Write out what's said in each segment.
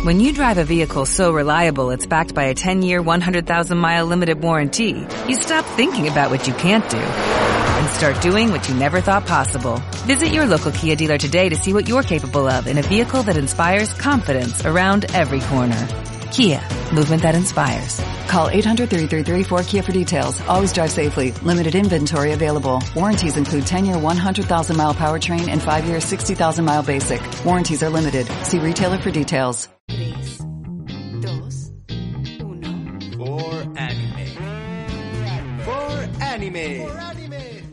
When you drive a vehicle so reliable it's backed by a 10-year, 100,000-mile limited warranty, you stop thinking about what you can't do and start doing what you never thought possible. Visit your local Kia dealer today to see what you're capable of in a vehicle that inspires confidence around every corner. Kia, movement that inspires. Call 800-3334-KIA for details. Always drive safely. Limited inventory available. Warranties include 10-year, 100,000-mile powertrain and 5-year, 60,000-mile basic. Warranties are limited. See retailer for details. 3, 2, 1. For Anime. For Anime. For Anime.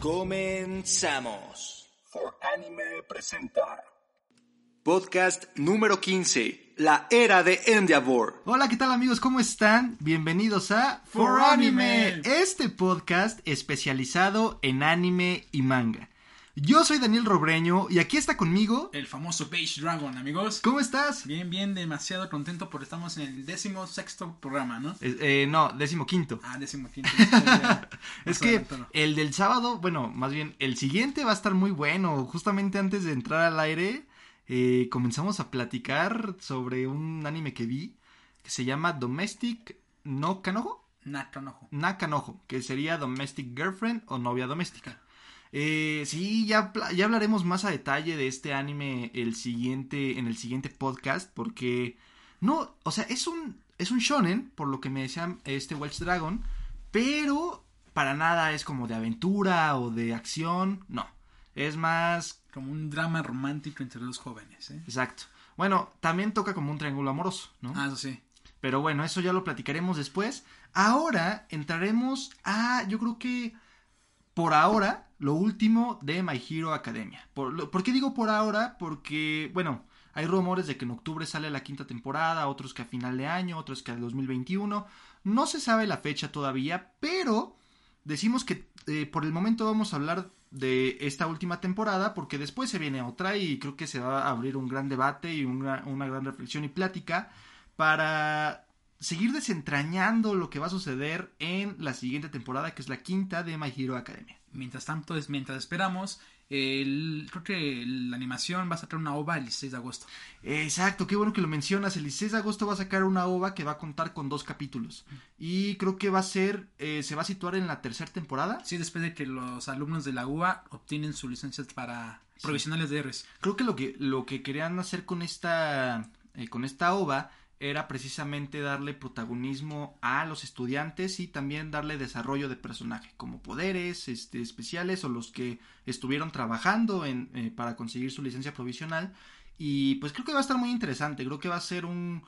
Comenzamos. For Anime presenta Podcast número 15. La era de Endeavor. Hola, ¿qué tal amigos? ¿Cómo están? Bienvenidos a For Anime, este podcast especializado en anime y manga. Yo soy Daniel Robreño y aquí está conmigo el famoso Beige Dragon, amigos. ¿Cómo estás? Bien, demasiado contento porque estamos en el 16º programa, ¿no? No, 15º. 15º. Es que el del sábado, bueno, más bien el siguiente va a estar muy bueno. Justamente antes de entrar al aire comenzamos a platicar sobre un anime que vi que se llama Domestic Nakanojo, que sería Domestic Girlfriend o Novia Doméstica. Sí, ya hablaremos más a detalle de este anime en el siguiente podcast, porque no, o sea, es un shonen, por lo que me decían Welsh Dragon, pero para nada es como de aventura o de acción, no, es más como un drama romántico entre dos jóvenes, ¿eh? Exacto. Bueno, también toca como un triángulo amoroso, ¿no? Eso sí. Pero bueno, eso ya lo platicaremos después. Ahora entraremos a, yo creo que por ahora, lo último de My Hero Academia. ¿Por qué digo por ahora? Porque, bueno, hay rumores de que en octubre sale la 5ª temporada, otros que a final de año, otros que a 2021. No se sabe la fecha todavía, pero decimos que por el momento vamos a hablar de esta última temporada, porque después se viene otra y creo que se va a abrir un gran debate y una gran reflexión y plática para seguir desentrañando lo que va a suceder en la siguiente temporada, que es la 5ª de My Hero Academia. Mientras tanto, mientras esperamos, creo que la animación va a sacar una OVA el 16 de agosto. Exacto, qué bueno que lo mencionas. El 16 de agosto va a sacar una OVA que va a contar con 2 capítulos. Y creo que va a ser, se va a situar en la 3ª temporada. Sí, después de que los alumnos de la UA obtienen sus licencias para provisionales de Rs. Creo que lo que querían hacer con esta OVA era precisamente darle protagonismo a los estudiantes y también darle desarrollo de personaje, como poderes especiales o los que estuvieron trabajando para conseguir su licencia provisional. Y pues creo que va a estar muy interesante. Creo que va a ser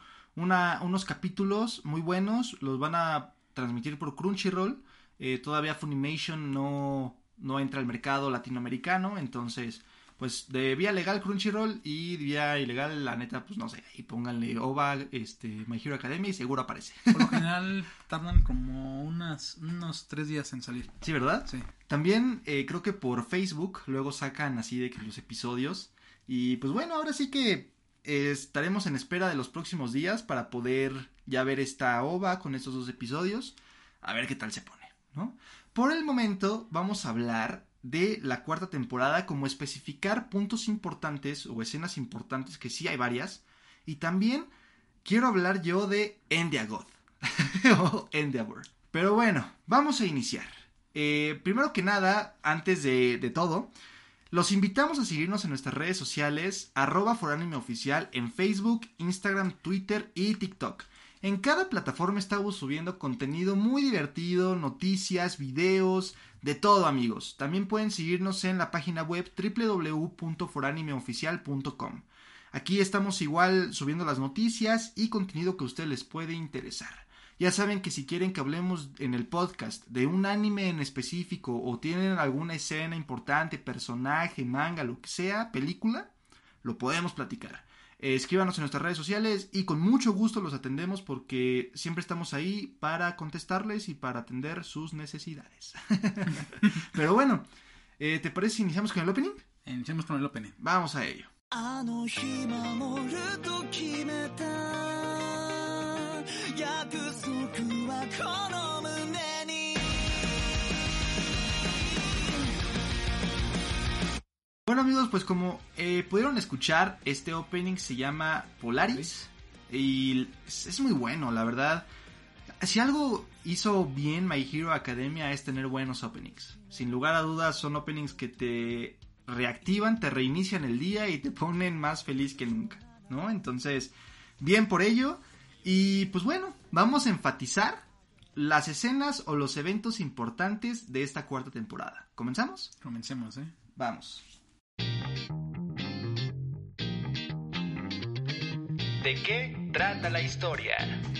unos capítulos muy buenos. Los van a transmitir por Crunchyroll. Todavía Funimation no entra al mercado latinoamericano, entonces pues de vía legal Crunchyroll y de vía ilegal, la neta, pues no sé, ahí pónganle OVA, My Hero Academia y seguro aparece. Por lo general tardan como unos 3 días en salir. Sí, ¿verdad? Sí. También creo que por Facebook luego sacan así de que los episodios. Y pues bueno, ahora sí que estaremos en espera de los próximos días para poder ya ver esta OVA con estos 2 episodios. A ver qué tal se pone, ¿no? Por el momento vamos a hablar de la 4ª temporada, como especificar puntos importantes o escenas importantes, que sí hay varias, y también quiero hablar yo de Endeavor o Endeavor. Pero bueno, vamos a iniciar. Primero que nada, antes de todo, los invitamos a seguirnos en nuestras redes sociales @foranimeoficial en Facebook, Instagram, Twitter y TikTok. En cada plataforma estamos subiendo contenido muy divertido, noticias, videos, de todo, amigos. También pueden seguirnos en la página web www.foranimeoficial.com. Aquí estamos igual subiendo las noticias y contenido que a ustedes les puede interesar. Ya saben que si quieren que hablemos en el podcast de un anime en específico o tienen alguna escena importante, personaje, manga, lo que sea, película, lo podemos platicar. Escríbanos en nuestras redes sociales y con mucho gusto los atendemos porque siempre estamos ahí para contestarles y para atender sus necesidades. Pero bueno, ¿te parece si iniciamos con el opening? Iniciamos con el opening. Vamos a ello. Bueno amigos, pues como pudieron escuchar, este opening se llama Polaris. Y es muy bueno, la verdad. Si algo hizo bien My Hero Academia es tener buenos openings. Sin lugar a dudas son openings que te reactivan, te reinician el día y te ponen más feliz que nunca, ¿no? Entonces, bien por ello. Y pues bueno, vamos a enfatizar las escenas o los eventos importantes de esta cuarta temporada. ¿Comenzamos? Comencemos, Vamos. ¿De qué trata la historia?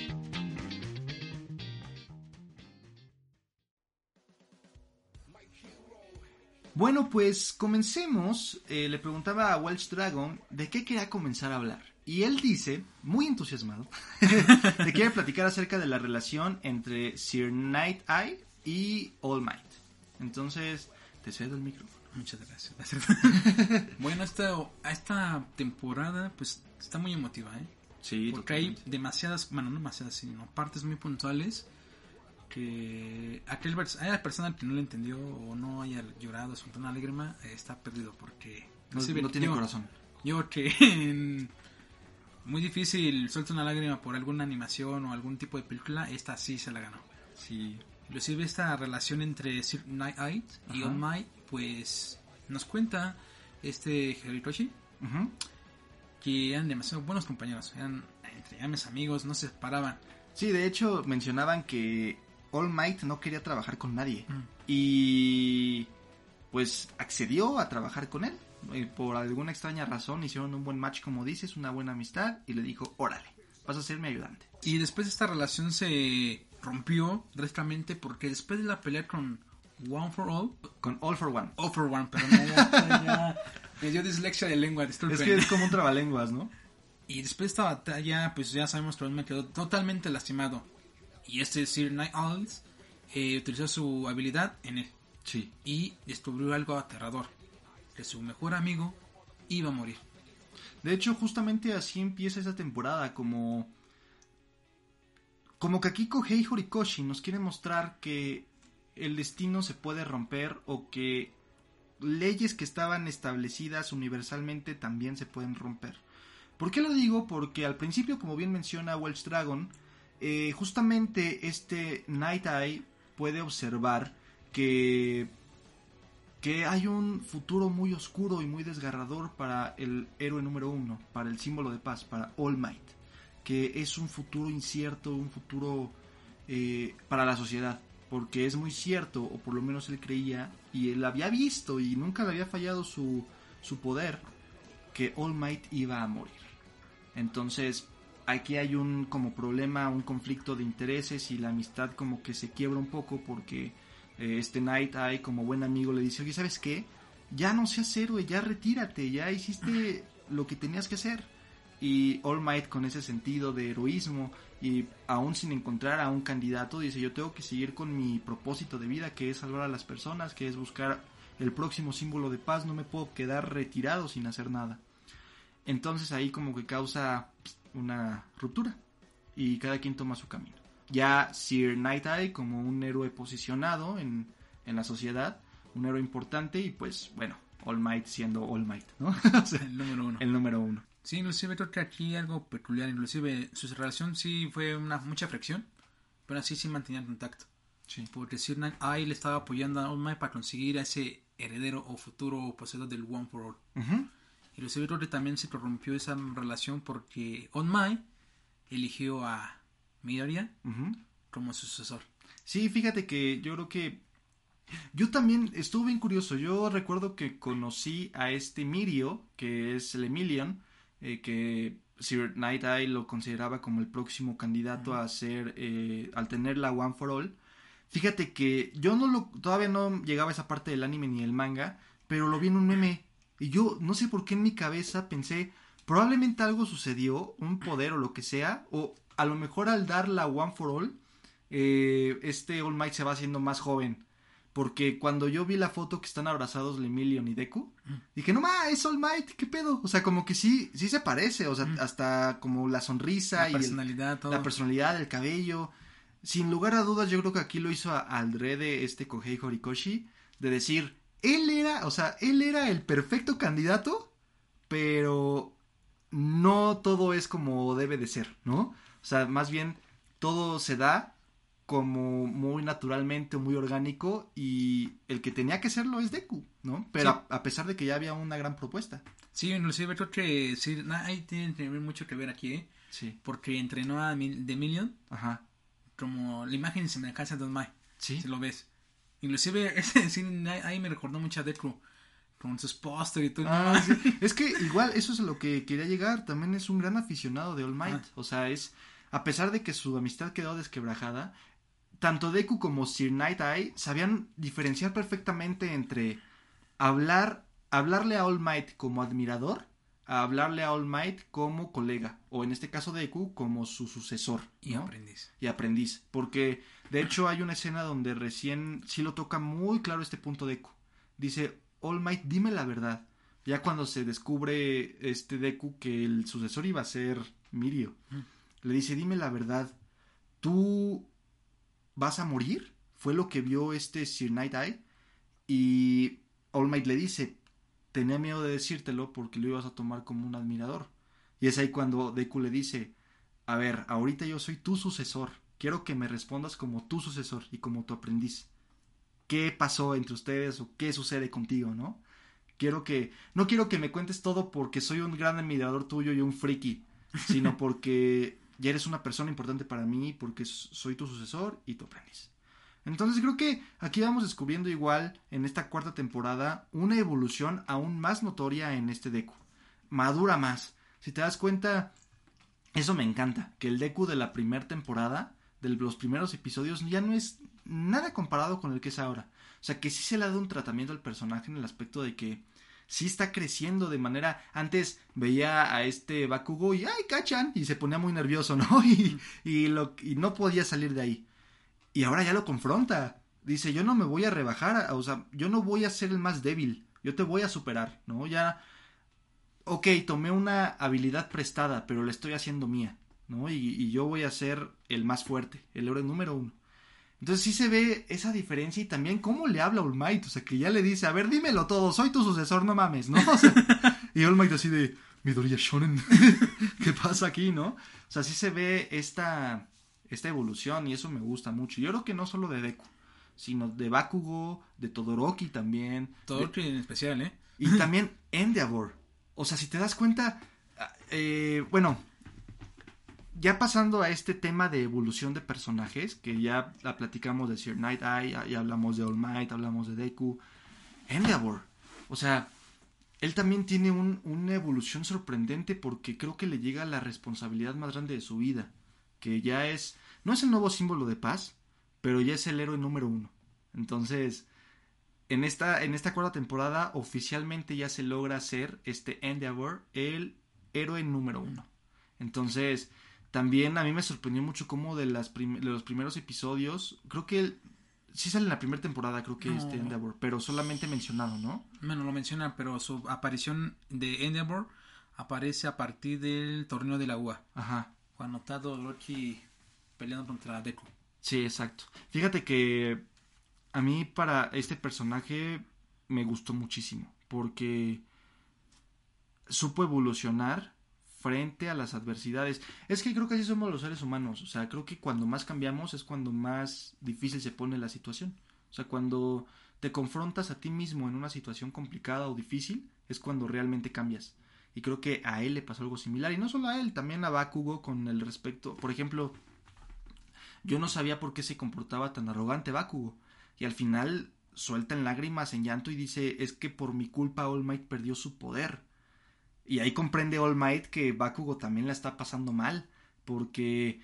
Bueno, pues comencemos. Le preguntaba a Welsh Dragon de qué quería comenzar a hablar. Y él dice, muy entusiasmado, que quiere platicar acerca de la relación entre Sir Night Eye y All Might. Entonces, te cedo el micrófono. Muchas gracias. Bueno, esta temporada pues está muy emotiva, Sí, porque hay demasiadas, bueno, no demasiadas, sino partes muy puntuales que hay la persona que no le entendió o no haya llorado, soltó una lágrima, está perdido porque no tiene corazón. Yo que muy difícil suelta una lágrima por alguna animación o algún tipo de película, esta sí se la ganó. Sí. Inclusive esta relación entre Sir Night Eye y All Might, pues nos cuenta Horikoshi, que eran demasiado buenos compañeros, eran entre llames amigos, no se separaban. Sí, de hecho mencionaban que All Might no quería trabajar con nadie y pues accedió a trabajar con él. Por alguna extraña razón hicieron un buen match, como dices, una buena amistad, y le dijo, órale, vas a ser mi ayudante. Y después esta relación se rompió drásticamente porque después de la pelea con One for All, con All for One. All for One, pero ya me dio dislexia de lengua, disculpen. Es que es como un trabalenguas, ¿no? Y después de esta batalla, pues ya sabemos que All Might quedó totalmente lastimado. Y Sir Night Owls utilizó su habilidad en él. Sí. Y descubrió algo aterrador, que su mejor amigo iba a morir. De hecho, justamente así empieza esa temporada, como que aquí Kohei Horikoshi nos quiere mostrar que el destino se puede romper, o que leyes que estaban establecidas universalmente también se pueden romper. ¿Por qué lo digo? Porque al principio, como bien menciona Welsh Dragon, justamente Night Eye puede observar que hay un futuro muy oscuro y muy desgarrador para el héroe número 1, para el símbolo de paz, para All Might, que es un futuro incierto, un futuro para la sociedad, porque es muy cierto, o por lo menos él creía, y él había visto y nunca le había fallado su poder, que All Might iba a morir. Entonces aquí hay un como problema, un conflicto de intereses, y la amistad como que se quiebra un poco, porque Night Eye, como buen amigo, le dice, oye, ¿sabes qué? Ya no seas héroe, ya retírate, ya hiciste lo que tenías que hacer. Y All Might, con ese sentido de heroísmo, y aún sin encontrar a un candidato, dice, yo tengo que seguir con mi propósito de vida, que es salvar a las personas, que es buscar el próximo símbolo de paz, no me puedo quedar retirado sin hacer nada. Entonces ahí como que causa una ruptura, y cada quien toma su camino. Ya Sir Night Eye como un héroe posicionado en la sociedad, un héroe importante, y pues bueno, All Might siendo All Might, ¿no? O sea, el número 1. El número 1. Sí, inclusive creo que aquí algo peculiar, inclusive su relación sí fue mucha fricción, pero así sí mantenían contacto. Sí. Porque Sir Night Eye le estaba apoyando a All Might para conseguir a ese heredero o futuro poseedor del One for All. Inclusive creo que también se corrompió esa relación porque All Might eligió a Midoriya como sucesor. Sí, fíjate que yo creo que yo también estuve bien curioso. Yo recuerdo que conocí a Mirio, que es el Emilion, que Sir Night Eye lo consideraba como el próximo candidato a ser, al tener la One for All. Fíjate que yo todavía no llegaba a esa parte del anime ni del manga, pero lo vi en un meme, y yo no sé por qué en mi cabeza pensé, probablemente algo sucedió, un poder o lo que sea, o a lo mejor al dar la One for All, All Might se va haciendo más joven. Porque cuando yo vi la foto que están abrazados Lemillion y Deku, dije, no ma, es All Might, ¿qué pedo? O sea, como que sí se parece, o sea, hasta como la sonrisa, la personalidad, todo. La personalidad, el cabello. Sin lugar a dudas, yo creo que aquí lo hizo adrede Kohei Horikoshi, de decir, él era el perfecto candidato, pero no todo es como debe de ser, ¿no? O sea, más bien todo se da como muy naturalmente, muy orgánico, y el que tenía que hacerlo es Deku, ¿no? Pero Sí. a pesar de que ya había una gran propuesta. Sí, inclusive creo que sí, ahí tiene mucho que ver aquí, ¿eh? Sí. Porque entrenó a The Million Ajá. como la imagen se me cansa de Don Mai. Sí. Si lo ves. Inclusive ese cine ahí me recordó mucho a Deku con sus póster y todo. Ah, sí. Es que igual eso es a lo que quería llegar. También es un gran aficionado de All Might. O sea, a pesar de que su amistad quedó desquebrajada, tanto Deku como Sir Night-Eye sabían diferenciar perfectamente entre hablarle a All Might como admirador a hablarle a All Might como colega, o en este caso Deku como su sucesor, Y ¿no? aprendiz. Y aprendiz, porque de hecho hay una escena donde recién sí lo toca muy claro este punto Deku. Dice, All Might, dime la verdad. Ya cuando se descubre Deku que el sucesor iba a ser Mirio, le dice, dime la verdad, ¿tú vas a morir? Fue lo que vio Sir Night-Eye. Y All Might le dice, tenía miedo de decírtelo porque lo ibas a tomar como un admirador. Y es ahí cuando Deku le dice, a ver, ahorita yo soy tu sucesor, quiero que me respondas como tu sucesor y como tu aprendiz. ¿Qué pasó entre ustedes o qué sucede contigo, no? No quiero que me cuentes todo porque soy un gran admirador tuyo y un friki, sino porque ya eres una persona importante para mí, porque soy tu sucesor y tu aprendiz. Entonces creo que aquí vamos descubriendo igual en esta cuarta temporada una evolución aún más notoria en Deku. Madura más. Si te das cuenta, eso me encanta, que el Deku de la primera temporada, de los primeros episodios, ya no es nada comparado con el que es ahora. O sea, que sí se le ha dado un tratamiento al personaje en el aspecto de que sí está creciendo de manera... Antes veía a Bakugo y ¡ay, cachan! Y se ponía muy nervioso, ¿no? Y no podía salir de ahí. Y ahora ya lo confronta. Dice, yo no me voy a rebajar, o sea, yo no voy a ser el más débil. Yo te voy a superar, ¿no? Ya, ok, tomé una habilidad prestada, pero la estoy haciendo mía, ¿no? Y yo voy a ser el más fuerte, el héroe número 1. Entonces sí se ve esa diferencia y también cómo le habla a All Might. O sea, que ya le dice, a ver, dímelo todo, soy tu sucesor, no mames, ¿no? O sea, y All Might así de, Midoriya Shonen, ¿qué pasa aquí, no? O sea, sí se ve esta evolución y eso me gusta mucho. Yo creo que no solo de Deku, sino de Bakugo, de Todoroki también. Todoroki en especial, ¿eh? Y también Endeavor. O sea, si te das cuenta, bueno, ya pasando a este tema de evolución de personajes, que ya la platicamos de Sir Night-Eye, ya hablamos de All Might, hablamos de Deku, Endeavor. O sea, él también tiene una evolución sorprendente porque creo que le llega la responsabilidad más grande de su vida, que ya no es el nuevo símbolo de paz, pero ya es el héroe número 1. Entonces, en esta cuarta temporada oficialmente ya se logra hacer Endeavor el héroe número 1. Entonces, también a mí me sorprendió mucho cómo de los primeros episodios, creo que sí sale en la primera temporada, creo que No. Endeavor, pero solamente mencionado, ¿no? Bueno, lo menciona, pero su aparición de Endeavor aparece a partir del torneo de la UA. Ajá. Cuando está Todoroki peleando contra Deku. Sí, exacto. Fíjate que a mí para este personaje me gustó muchísimo porque supo evolucionar frente a las adversidades. Es que creo que así somos los seres humanos. O sea, creo que cuando más cambiamos es cuando más difícil se pone la situación. O sea, cuando te confrontas a ti mismo en una situación complicada o difícil, es cuando realmente cambias. Y creo que a él le pasó algo similar. Y no solo a él, también a Bakugo con el respecto. Por ejemplo, yo no sabía por qué se comportaba tan arrogante Bakugo. Y al final suelta en lágrimas, en llanto y dice, es que por mi culpa All Might perdió su poder. Y ahí comprende All Might que Bakugo también la está pasando mal. Porque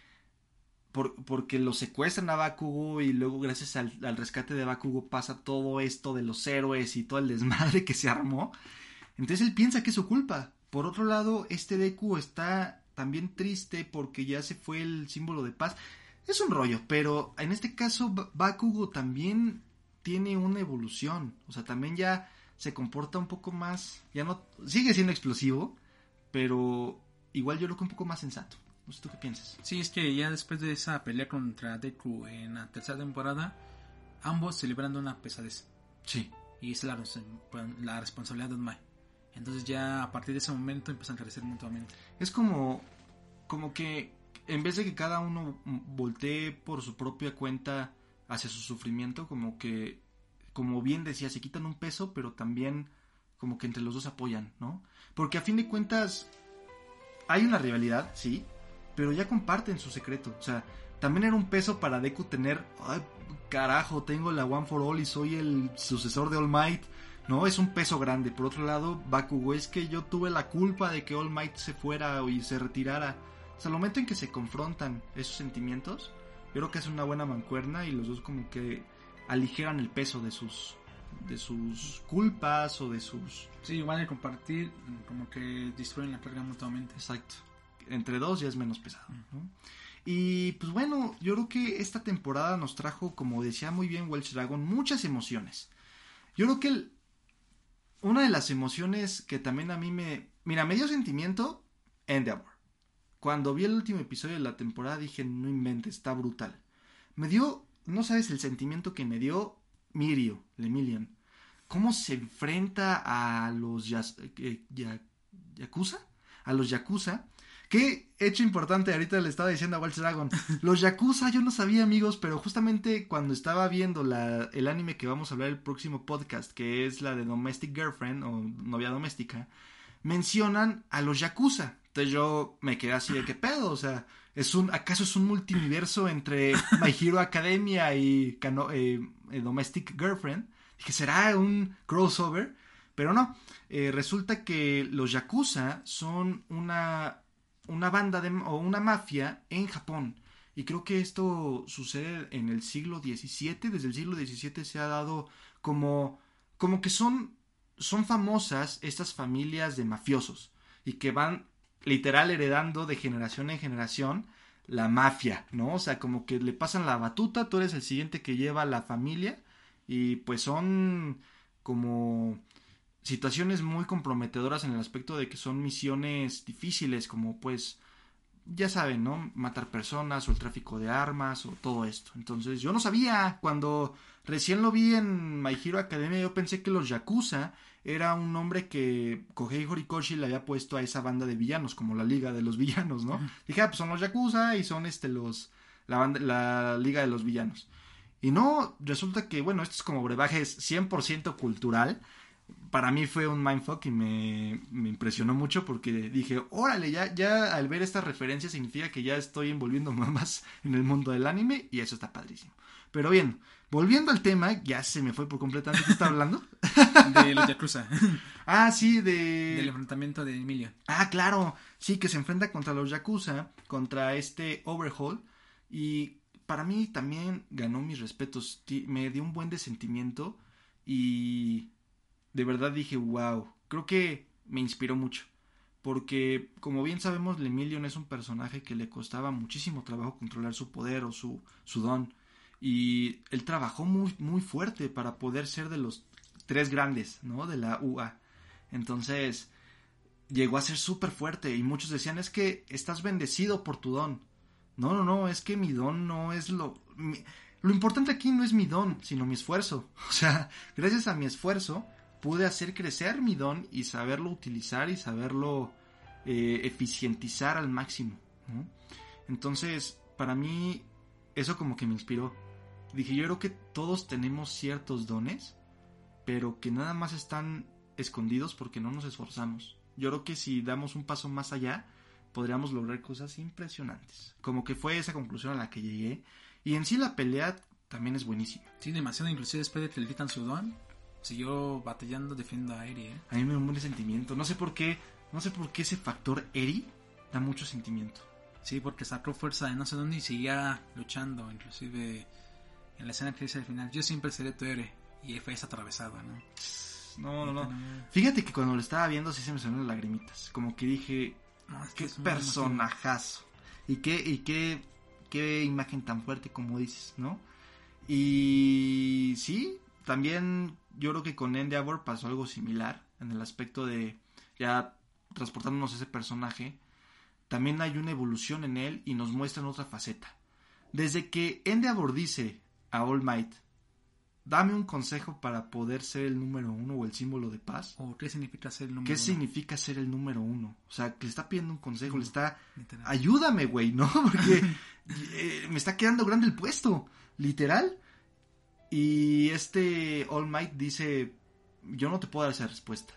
lo secuestran a Bakugo y luego gracias al rescate de Bakugo pasa todo esto de los héroes y todo el desmadre que se armó. Entonces él piensa que es su culpa. Por otro lado, Deku está también triste porque ya se fue el símbolo de paz. Es un rollo, pero en este caso Bakugo también tiene una evolución. O sea, también ya se comporta un poco más... Ya no sigue siendo explosivo, pero igual yo creo que un poco más sensato. No sé tú qué piensas. Sí, es que ya después de esa pelea contra Deku en la tercera temporada, ambos se libran de una pesadez. Sí. Y es la responsabilidad de All Might. Entonces ya a partir de ese momento empiezan a crecer mutuamente. Es como que en vez de que cada uno voltee por su propia cuenta hacia su sufrimiento, como que, como bien decía, se quitan un peso, pero también como que entre los dos apoyan, ¿no? Porque a fin de cuentas hay una rivalidad, sí, pero ya comparten su secreto. O sea, también era un peso para Deku tener, ay, carajo, tengo la One for All y soy el sucesor de All Might, ¿no? Es un peso grande. Por otro lado, Bakugo, es que yo tuve la culpa de que All Might se fuera y se retirara. O sea, al momento en que se confrontan esos sentimientos, yo creo que es una buena mancuerna y los dos como que aligeran el peso de sus culpas o de sus... Sí, igual de compartir, como que destruyen la carga mutuamente. Exacto. Entre dos ya es menos pesado, ¿no? Y pues bueno, yo creo que esta temporada nos trajo, como decía muy bien Welsh Dragon, muchas emociones. Yo creo que una de las emociones que también a mí me dio sentimiento, Endeavor. Cuando vi el último episodio de la temporada dije, no inventes, está brutal. Me dio, no sabes el sentimiento que me dio Mirio, Lemillion. Cómo se enfrenta a los Yakuza. A los Yakuza. Qué hecho importante, ahorita le estaba diciendo a Welsh Dragon. Los Yakuza, yo no sabía, amigos, pero justamente cuando estaba viendo el anime que vamos a hablar el próximo podcast, que es la de Domestic Girlfriend o Novia Doméstica, mencionan a los Yakuza. Entonces yo me quedé así de qué pedo, o sea, ¿acaso es un multiverso entre My Hero Academia y Domestic Girlfriend? Dije, ¿será un crossover? Pero no, resulta que los Yakuza son una banda o una mafia en Japón. Y creo que esto sucede en el siglo XVII. Desde el siglo XVII se ha dado como que son famosas estas familias de mafiosos. Y que van literal heredando de generación en generación la mafia, ¿no? O sea, como que le pasan la batuta, tú eres el siguiente que lleva la familia. Y pues son como situaciones muy comprometedoras en el aspecto de que son misiones difíciles, como pues, ya saben, ¿no? Matar personas o el tráfico de armas o todo esto. Entonces yo no sabía, cuando recién lo vi en My Hero Academia, yo pensé que los Yakuza era un nombre que Kohei Horikoshi le había puesto a esa banda de villanos, como la Liga de los Villanos, ¿no? Dije, pues son los Yakuza y son la Liga de los Villanos. Y no, resulta que, bueno, esto es como brebajes 100% cultural. Para mí fue un mindfuck y me impresionó mucho porque dije, órale, ya al ver esta referencia significa que ya estoy envolviéndome más en el mundo del anime y eso está padrísimo. Pero bien, volviendo al tema, ya se me fue por completamente. ¿Qué está hablando? De los Yakuza. Ah, sí, del enfrentamiento de Emilio. Ah, claro, sí, que se enfrenta contra los Yakuza, contra este Overhaul. Y para mí también ganó mis respetos. Me dio un buen de sentimiento y de verdad dije, wow, creo que me inspiró mucho. Porque, como bien sabemos, Lemillion es un personaje que le costaba muchísimo trabajo controlar su poder o su don. Y él trabajó muy, muy fuerte para poder ser de los 3 grandes, ¿no? De la UA. Entonces, llegó a ser súper fuerte. Y muchos decían, es que estás bendecido por tu don. No, es que mi don no es lo importante aquí no es mi don, sino mi esfuerzo. O sea, gracias a mi esfuerzo pude hacer crecer mi don y saberlo utilizar y saberlo eficientizar al máximo, ¿no? Entonces, para mí, eso como que me inspiró. Dije, yo creo que todos tenemos ciertos dones, pero que nada más están escondidos porque no nos esforzamos. Yo creo que si damos un paso más allá, podríamos lograr cosas impresionantes. Como que fue esa conclusión a la que llegué. Y en sí la pelea también es buenísima. Sí, demasiado. Inclusive después de que le quitan su don, siguió batallando, defiendo a Eri, ¿eh? A mí me da un buen sentimiento. No sé por qué ese factor Eri da mucho sentimiento. Sí, porque sacó fuerza de no sé dónde y seguía luchando. Inclusive en la escena que dice al final, yo siempre seré tu Eri. Y fue esa atravesada, ¿no? No. Fíjate que cuando lo estaba viendo sí se me salieron las lagrimitas. Como que dije, no, es qué personajazo. Y qué imagen tan fuerte como dices, ¿no? Y sí, también yo creo que con Endeavor pasó algo similar en el aspecto de ya transportándonos a ese personaje. También hay una evolución en él y nos muestran otra faceta. Desde que Endeavor dice a All Might, dame un consejo para poder ser el número 1 o el símbolo de paz. ¿O qué significa ser el número 1? ¿Qué significa ser el número 1? O sea, que le está pidiendo un consejo, le está... Literal. Ayúdame, güey, ¿no? Porque me está quedando grande el puesto, literal. Y All Might dice, yo no te puedo dar esa respuesta.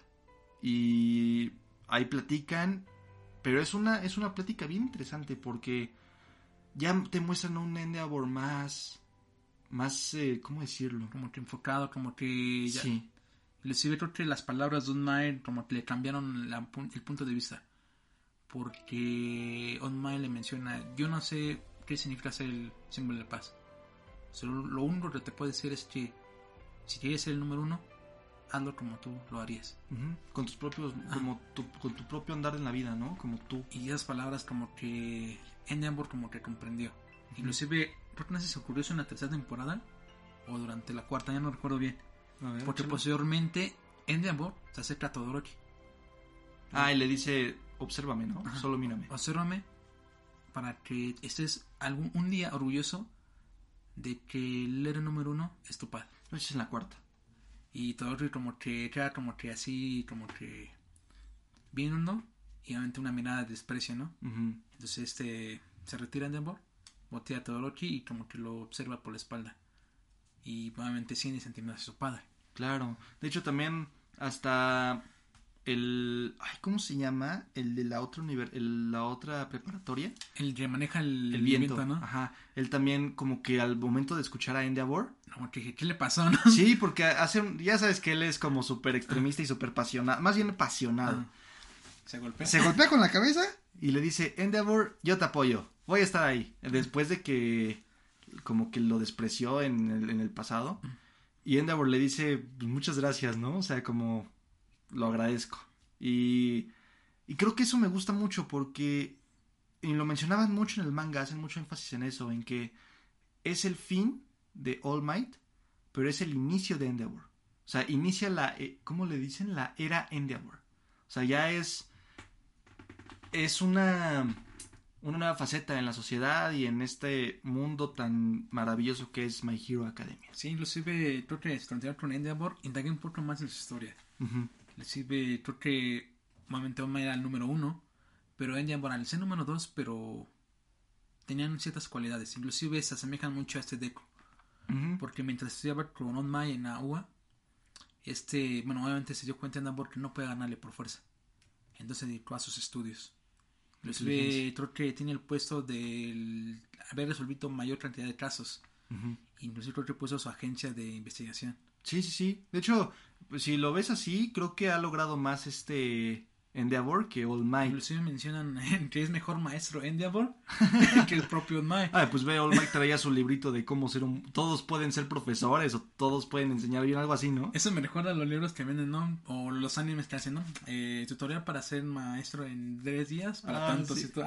Y ahí platican, pero es una plática bien interesante porque ya te muestran un Endeavor más, ¿cómo decirlo? Como que enfocado, como que ya, sí. Inclusive creo que las palabras de All Might como que le cambiaron el punto de vista, porque All Might le menciona, yo no sé qué significa ser el símbolo de paz, solo lo único que te puedo decir es que si quieres ser el número 1, hazlo como tú lo harías. Uh-huh. Con tus propios, con tu propio andar en la vida, ¿no? Como tú. Y esas palabras como que Endeavor como que comprendió. Uh-huh. Inclusive creo que no sé si se ocurrió eso en la tercera temporada o durante la cuarta, ya no recuerdo bien. A ver, porque posteriormente Endeavor se acerca a Todoroki. Y le dice, obsérvame, ¿no? Ajá. Solo mírame. Obsérvame para que estés un día orgulloso de que el héroe número 1 es tu padre. Eso es en la cuarta. Y Todoroki como que queda como que así, como que viendo y obviamente una mirada de desprecio, ¿no? Uh-huh. Entonces se retira Endeavor, voltea a Todoroki y como que lo observa por la espalda. Y obviamente siente sentimientos hacia su padre. Claro. De hecho también hasta ¿cómo se llama? El de la otra preparatoria. El que maneja el viento, ¿no? Ajá. Él también como que al momento de escuchar a Endeavor. Como que ¿qué le pasó, no? Sí, porque ya sabes que él es como súper extremista y súper apasionado. Más bien apasionado. Se golpea con la cabeza y le dice, Endeavor, yo te apoyo. Voy a estar ahí. Después de que como que lo despreció en el pasado. Y Endeavor le dice, pues, muchas gracias, ¿no? O sea, como lo agradezco. Y creo que eso me gusta mucho porque, y lo mencionaban mucho en el manga, hacen mucho énfasis en eso, en que es el fin de All Might, pero es el inicio de Endeavor. O sea, inicia ¿cómo le dicen? La era Endeavor. O sea, ya es una nueva faceta en la sociedad y en este mundo tan maravilloso que es My Hero Academia. Sí, inclusive creo que continuar con Endeavor, indagué un poco más en su historia. Uh-huh. Inclusive creo que normalmente All Might era el número 1, pero Endeavor al ser número 2, pero tenían ciertas cualidades, inclusive se asemejan mucho a Deku. Uh-huh. Porque mientras estudiaba con All Might en la UA, obviamente se dio cuenta Endeavor que no puede ganarle por fuerza, entonces se dedicó a sus estudios. Inclusive creo que tiene el puesto de haber resuelto mayor cantidad de casos. Uh-huh. Inclusive creo que puso su agencia de investigación. Sí. De hecho, pues, si lo ves así, creo que ha logrado más Endeavor que All Might. Inclusive mencionan que es mejor maestro Endeavor que el propio All Might. Pues ve, All Might traía su librito de cómo ser todos pueden ser profesores o todos pueden enseñar bien, algo así, ¿no? Eso me recuerda a los libros que venden, ¿no? O los animes que hacen, ¿no? Tutorial para ser maestro en 3 días para tantos. Sí.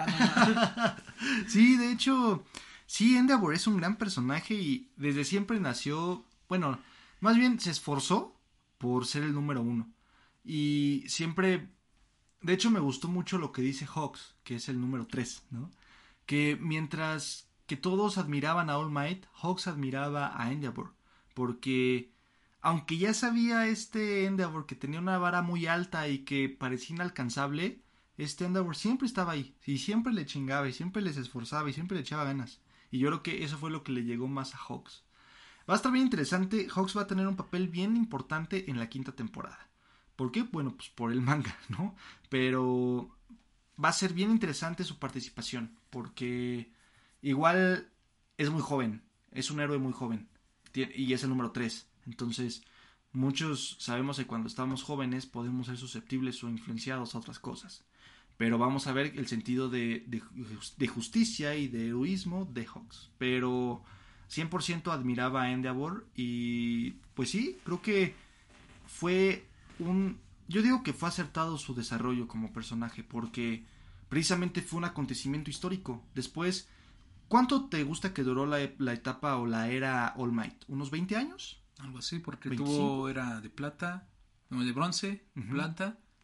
Sí, de hecho, sí, Endeavor es un gran personaje y desde siempre nació, bueno, más bien se esforzó por ser el número 1 y siempre... De hecho, me gustó mucho lo que dice Hawks, que es el número 3, ¿no? Que mientras que todos admiraban a All Might, Hawks admiraba a Endeavor. Porque, aunque ya sabía Endeavor que tenía una vara muy alta y que parecía inalcanzable, Endeavor siempre estaba ahí. Y siempre le chingaba, y siempre les esforzaba, y siempre le echaba ganas. Y yo creo que eso fue lo que le llegó más a Hawks. Va a estar bien interesante. Hawks va a tener un papel bien importante en la 5ª temporada. ¿Por qué? Bueno, pues por el manga, ¿no? Pero va a ser bien interesante su participación, porque igual es muy joven, es un héroe muy joven, y es el número 3. Entonces, muchos sabemos que cuando estamos jóvenes podemos ser susceptibles o influenciados a otras cosas. Pero vamos a ver el sentido de justicia y de heroísmo de Hawks. Pero 100% admiraba a Endeavor y pues sí, creo que fue... Yo digo que fue acertado su desarrollo como personaje porque precisamente fue un acontecimiento histórico. Después, ¿cuánto te gusta que duró la etapa o la era All Might? ¿Unos 20 años? Algo así, porque 25. tuvo era de plata, no, de bronce, uh-huh. Plata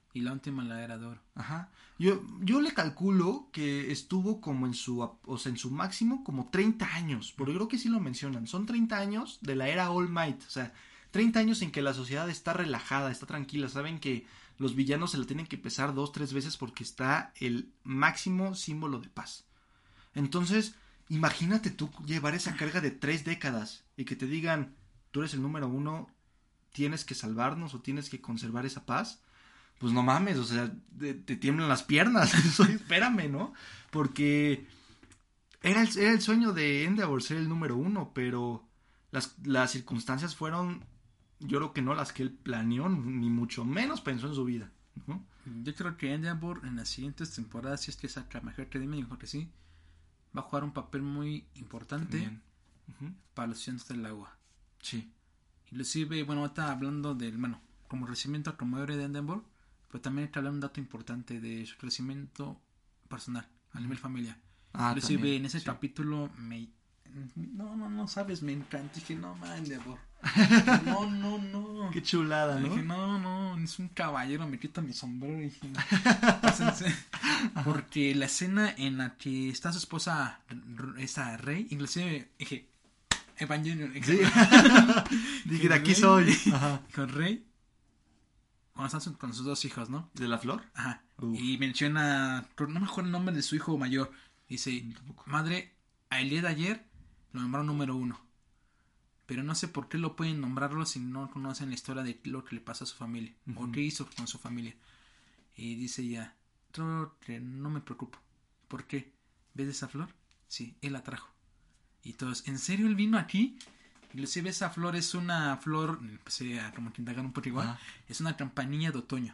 Y la última la era de oro. Ajá. Yo le calculo que estuvo como en su máximo como 30 años, porque creo que sí lo mencionan. Son 30 años de la era All Might, o sea, 30 años en que la sociedad está relajada, está tranquila, saben que los villanos se la tienen que pesar 2-3 veces porque está el máximo símbolo de paz. Entonces, imagínate tú llevar esa carga de 3 décadas y que te digan, tú eres el número 1, tienes que salvarnos o tienes que conservar esa paz. Pues no mames, o sea, te tiemblan las piernas. Espérame, ¿no? Porque era el sueño de Endeavor ser el número 1, pero las circunstancias fueron, yo creo que no las que él planeó, ni mucho menos pensó en su vida, ¿no? Yo creo que Endeavor en las siguientes temporadas, si es que saca My Hero Academia, yo creo que sí, va a jugar un papel muy importante para los estudiantes del agua. Sí. Inclusive, bueno, ahorita hablando como crecimiento como héroe de Endeavor, pero también hay que hablar un dato importante de su crecimiento personal, a nivel familiar. Inclusive también, en ese capítulo no sabes, me encanta. Dije, no, man, Endeavor. No. Qué chulada, ¿no? Dije, no, es un caballero, me quita mi sombrero. Dije, pásense. Porque la escena en la que está su esposa, esa Rey, inclusive dije, Evangelion. Sí. Dije, de aquí soy. Ajá. Con Rey. Cuando están con sus 2 hijos, ¿no? ¿De la flor? Ajá. Y menciona, no me acuerdo el nombre de su hijo mayor. Dice, madre, a el día de ayer lo nombraron número 1. Pero no sé por qué lo pueden nombrarlo si no conocen la historia de lo que le pasó a su familia. O qué hizo con su familia. Y dice ella, no me preocupo. ¿Por qué? ¿Ves esa flor? Sí, él la trajo. Y todos, ¿en serio él vino aquí? Inclusive esa flor es una flor, empecé a como que indagar un poco igual, es una campanilla de otoño.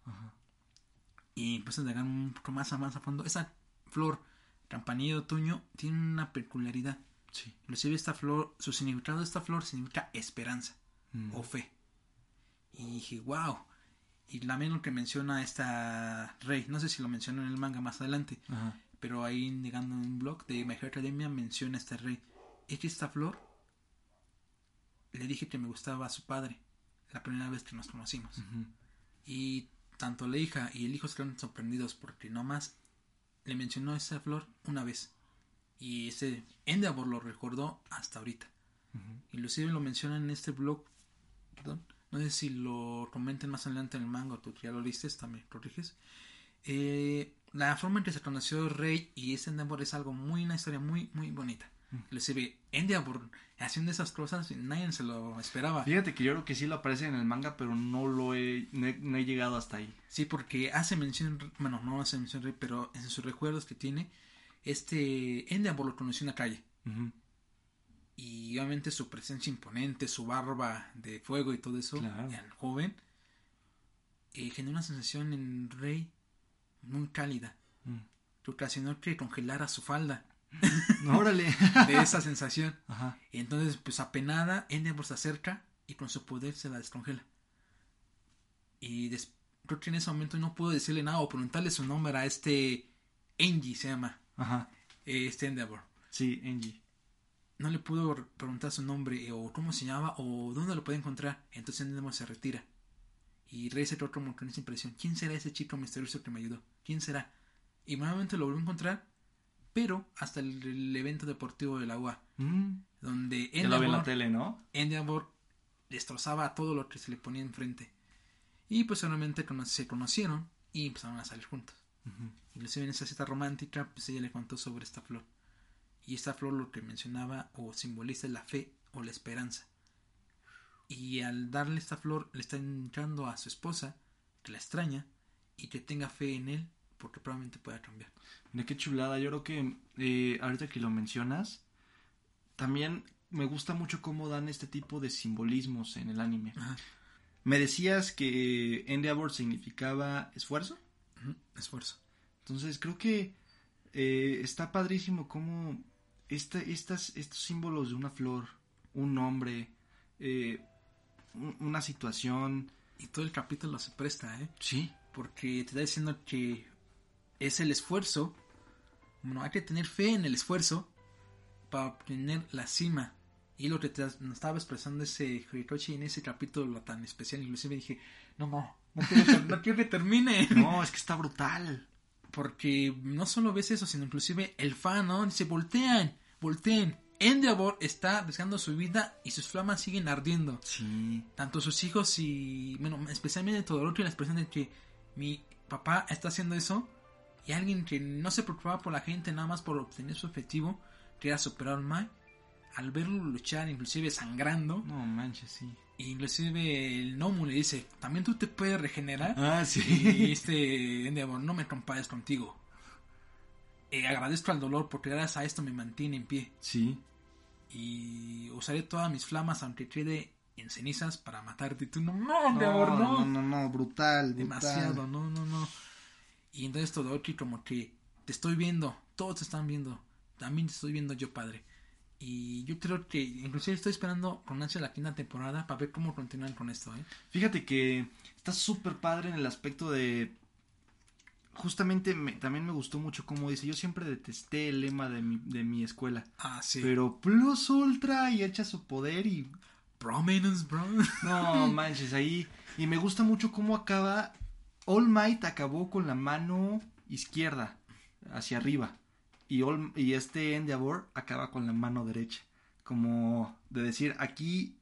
Y empecé a indagar un poco más a fondo. Esa flor, campanilla de otoño, tiene una peculiaridad. Sí. Inclusive esta flor, su significado de esta flor significa esperanza o fe. Y dije, wow. Y también lo que menciona esta Rey, no sé si lo menciona en el manga más adelante, pero ahí indagando en un blog de My Hero Academia menciona esta Rey. Es que esta flor, le dije que me gustaba a su padre la primera vez que nos conocimos. Y tanto la hija y el hijo se quedaron sorprendidos porque nomás le mencionó esa flor una vez. Y ese Endeavor lo recordó hasta ahorita. Inclusive lo menciona en este blog. Perdón. No sé si lo comenten más adelante en el manga o tú ya lo viste, también corriges. La forma en que se conoció Rey y ese Endeavor es una historia muy, muy bonita. Inclusive Endeavor haciendo esas cosas nadie se lo esperaba. Fíjate que yo creo que sí lo aparece en el manga, pero no he llegado hasta ahí. Sí, porque hace mención, bueno, no hace mención Rey, pero en sus recuerdos que tiene, Endeavor lo conoció en la calle. Y obviamente su presencia imponente, su barba de fuego y todo eso, claro, al joven, generó una sensación en Rey muy cálida, que ocasionó que congelara su falda. Órale. De esa sensación. Y entonces, pues apenada, Endeavor se acerca y con su poder se la descongela. Y creo que en ese momento no pudo decirle nada o preguntarle su nombre a Engie se llama. Endeavor. Sí, Engie. No le pudo preguntar su nombre o cómo se llamaba o dónde lo puede encontrar. Entonces Endeavor se retira. Y Rey se quedó como con esa impresión. ¿Quién será ese chico misterioso que me ayudó? ¿Quién será? Y nuevamente lo volvió a encontrar, pero hasta el evento deportivo de la UA, donde Endeavor, lo ve en la tele, ¿no? Endeavor destrozaba todo lo que se le ponía enfrente. Y pues solamente se conocieron y empezaron a salir juntos. Inclusive en esa cita romántica, pues ella le contó sobre esta flor. Y esta flor lo que mencionaba o simboliza la fe o la esperanza. Y al darle esta flor le está indicando a su esposa que la extraña y que tenga fe en él porque probablemente pueda cambiar. Mira qué chulada. Yo creo que ahorita que lo mencionas, también me gusta mucho cómo dan este tipo de simbolismos en el anime. Me decías que Endeavor significaba esfuerzo. Esfuerzo. Entonces creo que está padrísimo cómo estos símbolos de una flor, un nombre, una situación. Y todo el capítulo se presta, Sí. Porque te está diciendo que es el esfuerzo. Bueno, hay que tener fe en el esfuerzo para obtener la cima. Y lo que nos estaba expresando ese Horikoshi en ese capítulo tan especial, inclusive dije, no, No quiero que termine. No, es que está brutal. Porque no solo ves eso, sino inclusive el fan, ¿no? Dice, volteen. Endeavor está arriesgando su vida y sus flamas siguen ardiendo. Sí. Tanto sus hijos y, bueno, especialmente Todoroki, la expresión de que mi papá está haciendo eso, y alguien que no se preocupaba por la gente nada más por obtener su objetivo, que era superar al Mai, al verlo luchar, inclusive sangrando, No manches, sí. inclusive el Nomu le dice, también tú te puedes regenerar. Ah, sí. Y Endeavor, no me compares contigo. Agradezco al dolor porque gracias a esto me mantiene en pie. Sí. Y usaré todas mis flamas aunque quede en cenizas para matarte. Y tú, no, Endeavor, no. No, brutal. Demasiado, no. Y entonces Todoroki como que te estoy viendo, todos te están viendo, también te estoy viendo yo, padre. Y yo creo que inclusive estoy esperando con ansia la quinta temporada para ver cómo continúan con esto, ¿eh? Fíjate que está súper padre en el aspecto de... Justamente también me gustó mucho como dice, yo siempre detesté el lema de mi escuela. Ah, sí. Pero Plus Ultra y echa su poder y... Prominence, bro. No manches, ahí... Y me gusta mucho cómo acaba... All Might acabó con la mano izquierda hacia arriba. Y este Endeavor acaba con la mano derecha. Como de decir, aquí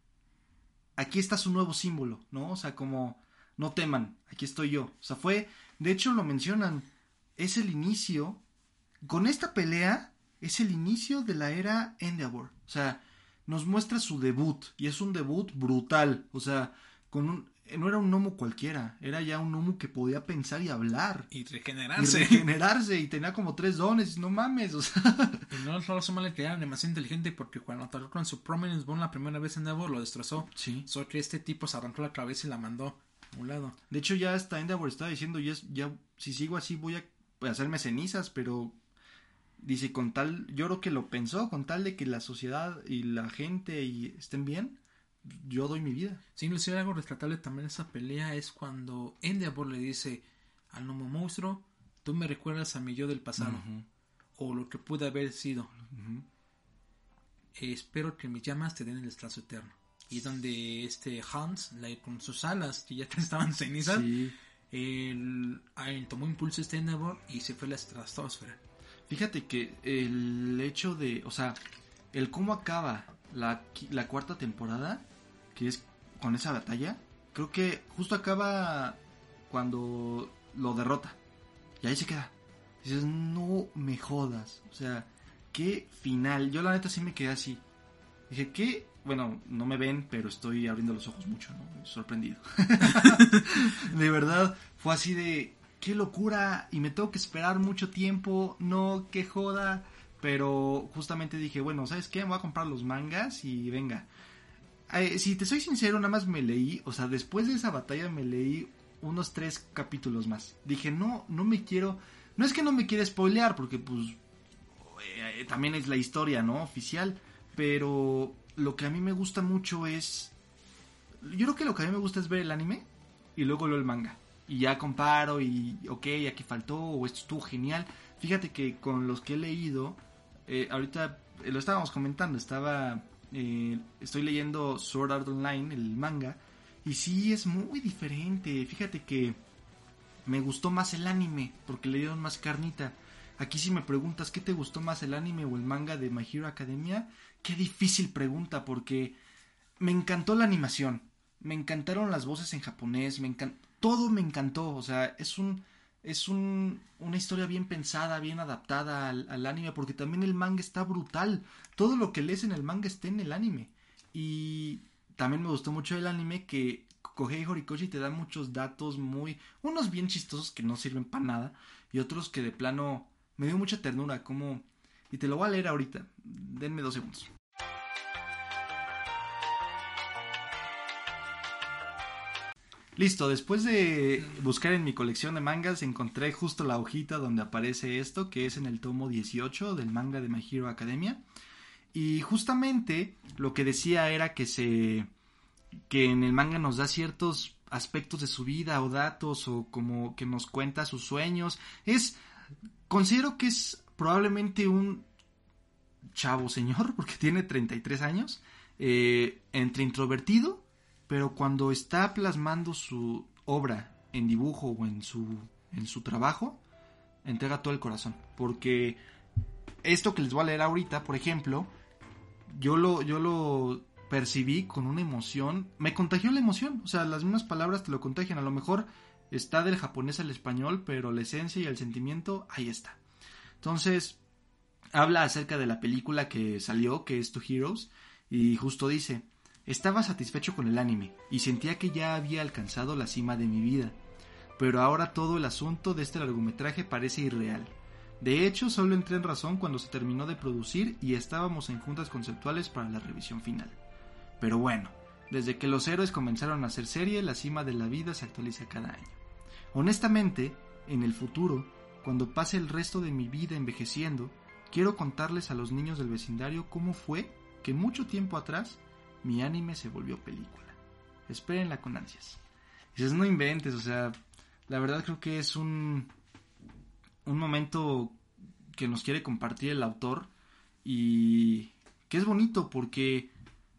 está su nuevo símbolo, ¿no? O sea, como, no teman, aquí estoy yo. O sea, de hecho lo mencionan, es el inicio, con esta pelea, es el inicio de la era Endeavor. O sea, nos muestra su debut, y es un debut brutal. O sea, no era un gnomo cualquiera, era ya un gnomo que podía pensar y hablar. Y regenerarse. Y tenía como 3 dones, no mames, o sea. Y no solo sumarle que era demasiado inteligente porque cuando atacó con su Prominence Bone la primera vez en Endeavor lo destrozó. Sí. Solo que este tipo se arrancó la cabeza y la mandó a un lado. De hecho ya hasta Endeavor estaba diciendo, ya si sigo así voy a hacerme cenizas, pero dice con tal, yo creo que lo pensó, con tal de que la sociedad y la gente estén bien, yo doy mi vida. Sí, inclusive algo rescatable también de esa pelea es cuando Endeavor le dice al gnomo monstruo, tú me recuerdas a mi yo del pasado, o lo que pude haber sido. Espero que mis llamas te den el descanso eterno. Y donde Hans, con sus alas que ya estaban cenizas, sí. él tomó impulso Endeavor y se fue a la estratosfera. Fíjate que el hecho de, o sea, el cómo acaba la 4ª temporada, que es con esa batalla, creo que justo acaba cuando lo derrota. Y ahí se queda. Dices, no me jodas. O sea, qué final. Yo la neta sí me quedé así. Dije, ¿qué? Bueno, no me ven, pero estoy abriendo los ojos mucho, ¿no? Sorprendido. De verdad, fue así de, qué locura. Y me tengo que esperar mucho tiempo. No, qué joda. Pero justamente dije, bueno, ¿sabes qué? Me voy a comprar los mangas y venga. Si te soy sincero, nada más me leí, o sea, después de esa batalla me leí unos 3 capítulos más. Dije, no es que no me quiera spoilear, porque pues también es la historia, ¿no? Oficial. Pero lo que a mí me gusta mucho es... Yo creo que lo que a mí me gusta es ver el anime y luego leo el manga. Y ya comparo y, ok, aquí faltó, o esto estuvo genial. Fíjate que con los que he leído, ahorita lo estábamos comentando, estoy leyendo Sword Art Online, el manga, y sí es muy diferente. Fíjate que me gustó más el anime, porque le dieron más carnita. Aquí si me preguntas, ¿qué te gustó más, el anime o el manga de My Hero Academia? Qué difícil pregunta, porque me encantó la animación, me encantaron las voces en japonés, todo me encantó. O sea, es una historia bien pensada, bien adaptada al anime, porque también el manga está brutal. Todo lo que lees en el manga está en el anime. Y también me gustó mucho el anime que Kohei Horikoshi te da muchos datos unos bien chistosos que no sirven para nada, y otros que de plano me dio mucha ternura, y te lo voy a leer ahorita. Denme 2 segundos. Listo, después de buscar en mi colección de mangas, encontré justo la hojita donde aparece esto, que es en el tomo 18 del manga de My Hero Academia. Y justamente lo que decía era que en el manga nos da ciertos aspectos de su vida o datos, o como que nos cuenta sus sueños. Considero que es probablemente un chavo señor, porque tiene 33 años, entre introvertido, pero cuando está plasmando obra en dibujo o en su trabajo, entrega todo el corazón. Porque esto que les voy a leer ahorita, por ejemplo, yo lo percibí con una emoción, me contagió la emoción, o sea, las mismas palabras te lo contagian, a lo mejor está del japonés al español, pero la esencia y el sentimiento, ahí está. Entonces, habla acerca de la película que salió, que es To Heroes, y justo dice: estaba satisfecho con el anime, y sentía que ya había alcanzado la cima de mi vida, pero ahora todo el asunto de este largometraje parece irreal. De hecho, solo entré en razón cuando se terminó de producir y estábamos en juntas conceptuales para la revisión final. Pero bueno, desde que los héroes comenzaron a hacer serie, la cima de la vida se actualiza cada año. Honestamente, en el futuro, cuando pase el resto de mi vida envejeciendo, quiero contarles a los niños del vecindario cómo fue que mucho tiempo atrás mi anime se volvió película. Espérenla con ansias. Dices, no inventes, o sea, la verdad creo que es un momento que nos quiere compartir el autor y que es bonito porque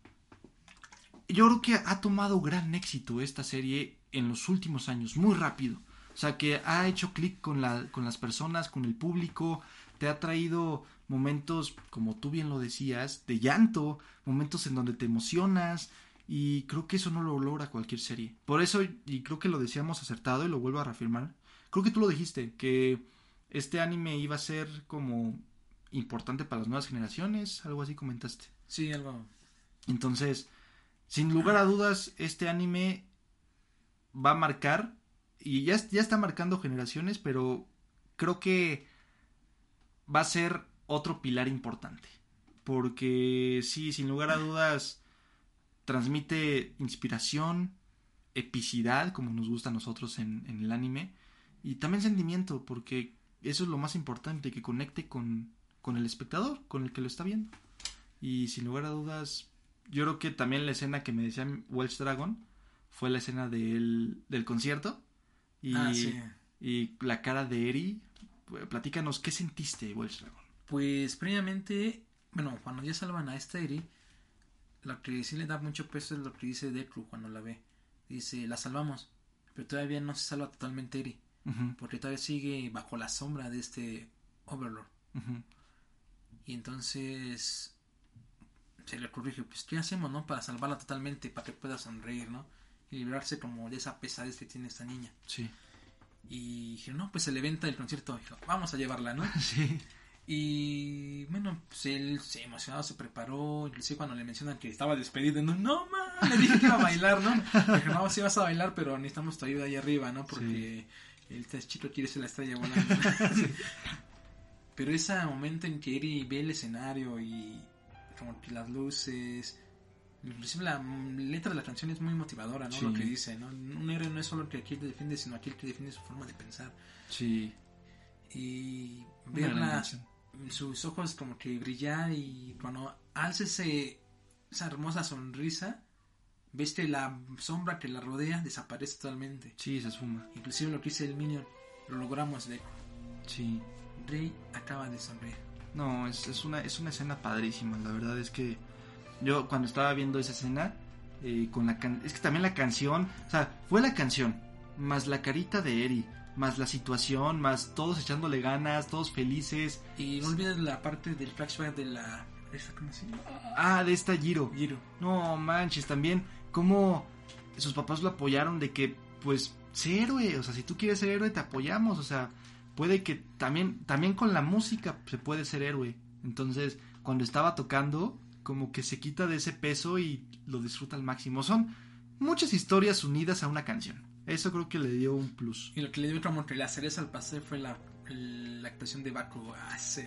yo creo que ha tomado gran éxito esta serie en los últimos años, muy rápido. O sea, que ha hecho clic con las personas, con el público, te ha traído momentos, como tú bien lo decías, de llanto, momentos en donde te emocionas, y creo que eso no lo logra cualquier serie. Por eso, y creo que lo decíamos acertado y lo vuelvo a reafirmar, creo que tú lo dijiste, que este anime iba a ser como importante para las nuevas generaciones, algo así comentaste. Sí, algo. Entonces, sin lugar a dudas, este anime va a marcar, y ya está marcando generaciones, pero creo que va a ser otro pilar importante. Porque sí, sin lugar a dudas, transmite inspiración, epicidad, como nos gusta a nosotros en el anime, y también sentimiento, porque eso es lo más importante, que conecte con el espectador, con el que lo está viendo. Y sin lugar a dudas, yo creo que también la escena que me decía Welsh Dragon fue la escena del concierto. Y, sí. Y la cara de Eri. Platícanos, ¿qué sentiste, Welsh Dragon? Pues previamente, bueno, cuando ya salvan a esta Eri, lo que sí le da mucho peso es lo que dice Deku cuando la ve. Dice, la salvamos, pero todavía no se salva totalmente Eri, porque todavía sigue bajo la sombra de este Overlord. Y entonces se le ocurrió, pues ¿qué hacemos, no? Para salvarla totalmente, para que pueda sonreír, ¿no? Y librarse como de esa pesadez que tiene esta niña. Sí. Y dijeron, no, pues el evento del concierto, dijo, vamos a llevarla, ¿no? Sí. Y bueno, pues él se emocionado, se preparó, inclusive cuando le mencionan que estaba despedido, no man, le dije que iba a bailar, ¿no? Dije, no, sí vas a bailar, pero necesitamos tu ayuda ahí arriba, ¿no? Porque el chico quiere ser la estrella volando. Pero ese momento en que Eri ve el escenario y como que las luces, inclusive la letra de la canción es muy motivadora, ¿no? Sí. Lo que dice, ¿no? Un héroe no es solo el que aquel te defiende, sino aquel que defiende su forma de pensar. Sí. Y verla, sus ojos como que brillar, y cuando alza esa hermosa sonrisa, ves que la sombra que la rodea desaparece totalmente. Sí, se esfuma. Inclusive lo que dice el Minion, lo logramos, Deku. Sí. Rey acaba de sonreír. No, es una escena padrísima. La verdad es que yo cuando estaba viendo esa escena, es que también la canción, o sea, fue la canción, más la carita de Eri, más la situación, más todos echándole ganas, todos felices. Y no olvides la parte del flashback de la... ¿Cómo se llama? Ah, de esta Jiro. No manches, también cómo sus papás lo apoyaron de que, pues, sé héroe, o sea, si tú quieres ser héroe te apoyamos, o sea, puede que también con la música se puede ser héroe. Entonces, cuando estaba tocando, como que se quita de ese peso y lo disfruta al máximo. Son muchas historias unidas a una canción. Eso creo que le dio un plus. Y lo que le dio como que la cereza al pastel fue la actuación de Bakugo. Sí.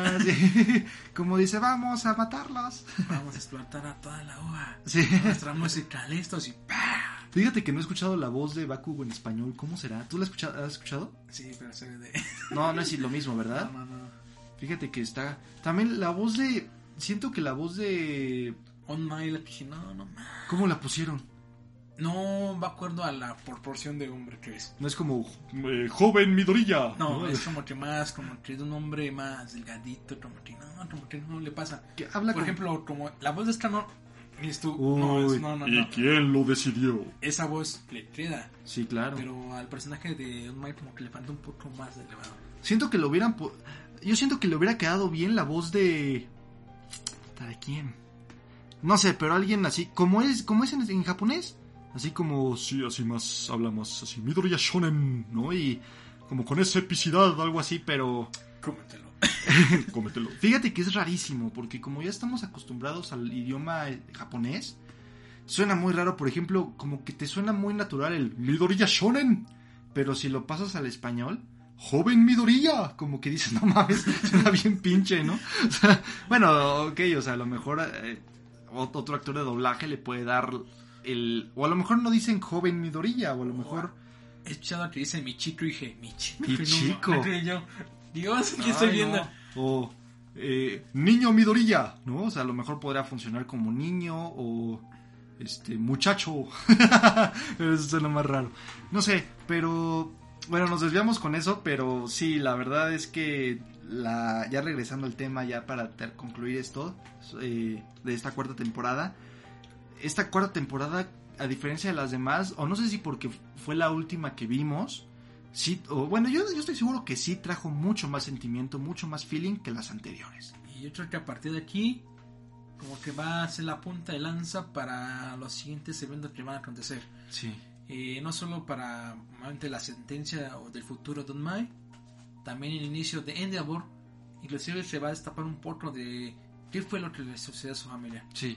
Como dice, vamos a matarlos. Vamos a explotar a toda la hoja. Sí. Nuestra música, listos y ¡pah! Fíjate que no he escuchado la voz de Bakugo en español. ¿Cómo será? ¿Tú la has escuchado? Sí, pero soy de... No es lo mismo, ¿verdad? No. Fíjate que está... También la voz de... Siento que la voz de... On My, la que no. ¿Cómo la pusieron? No va acuerdo a la proporción de hombre que es. No es como joven Midoriya. No, es como que más, como que es un hombre más delgadito, como que no le pasa. Que habla por ejemplo, como la voz de esta no Y dices tú, Uy, no. ¿y quién lo decidió? Esa voz le queda. Sí, claro. Pero al personaje de All Might como que le falta un poco más de elevado. Siento que lo hubieran... Yo siento que le hubiera quedado bien la voz de... ¿De quién? No sé, pero alguien así... ¿Cómo es en japonés? Así como... Sí, así más... Habla más así... Midoriya Shonen, ¿no? Y como con esa epicidad, algo así, pero... Cómetelo. Fíjate que es rarísimo, porque como ya estamos acostumbrados al idioma japonés, suena muy raro. Por ejemplo, como que te suena muy natural el Midoriya Shonen, pero si lo pasas al español, joven Midoriya, como que dices, no mames, suena bien pinche, ¿no? O sea, bueno, ok, o sea, a lo mejor otro actor de doblaje le puede dar o a lo mejor no dicen joven Midoriya, o a lo mejor... He escuchado que dicen Michiko y dije, Michiko. No, yo, Dios, ¿qué estoy viendo? No. O niño Midoriya, ¿no? O sea, a lo mejor podría funcionar como niño o muchacho. Pero eso suena más raro. No sé, pero bueno, nos desviamos con eso, pero sí, la verdad es que ya regresando al tema, ya para concluir esto de esta cuarta temporada. Esta cuarta temporada, a diferencia de las demás, o no sé si porque fue la última que vimos, sí, o bueno, yo estoy seguro que sí trajo mucho más sentimiento, mucho más feeling que las anteriores. Y yo creo que a partir de aquí, como que va a ser la punta de lanza para los siguientes eventos que van a acontecer. Sí. No solo para obviamente la sentencia del futuro de All Might, también el inicio de Endeavor. Inclusive se va a destapar un poco de qué fue lo que le sucedió a su familia. Sí.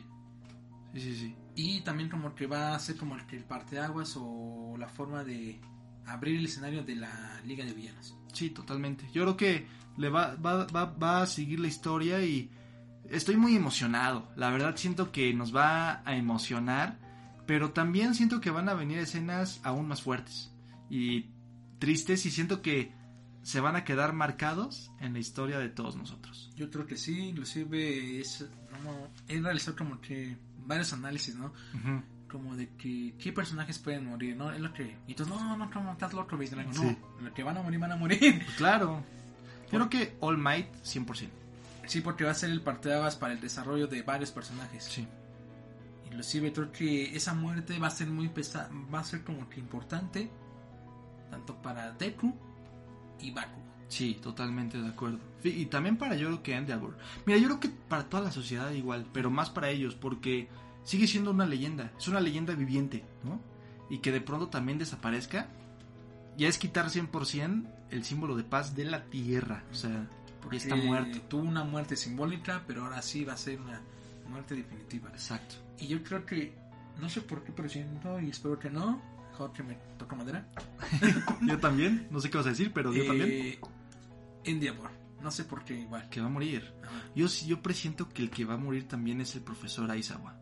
Y también como que va a ser como el parteaguas o la forma de abrir el escenario de la Liga de Villanos. Sí, totalmente. Yo creo que le va a seguir la historia y estoy muy emocionado. La verdad siento que nos va a emocionar, pero también siento que van a venir escenas aún más fuertes y tristes, y siento que se van a quedar marcados en la historia de todos nosotros. Yo creo que sí, inclusive he realizado como que varios análisis, ¿no? Uh-huh. Como de que qué personajes pueden morir, ¿no? Es lo que... Y entonces, no, como estás loco, ¿viste? No, sí. Los que van a morir. Pues claro. Creo que All Might 100%. Sí, porque va a ser el parteaguas para el desarrollo de varios personajes. Sí. Inclusive creo que esa muerte va a ser muy pesada, va a ser como que importante tanto para Deku y Bakugo. Sí, totalmente de acuerdo. Y también para yo creo que Endeavor. Mira, yo creo que para toda la sociedad igual, pero más para ellos, porque sigue siendo una leyenda, es una leyenda viviente, ¿no? Y que de pronto también desaparezca, ya es quitar 100% el símbolo de paz de la tierra, o sea, porque está muerto. Tuvo una muerte simbólica, pero ahora sí va a ser una muerte definitiva. Exacto. Y yo creo que, no sé por qué, pero siento, y espero que no, mejor que me toca madera. Yo también, no sé qué vas a decir, pero yo también. Endeavor, no sé por qué igual. Que va a morir. Yo presiento que el que va a morir también es el profesor Aizawa.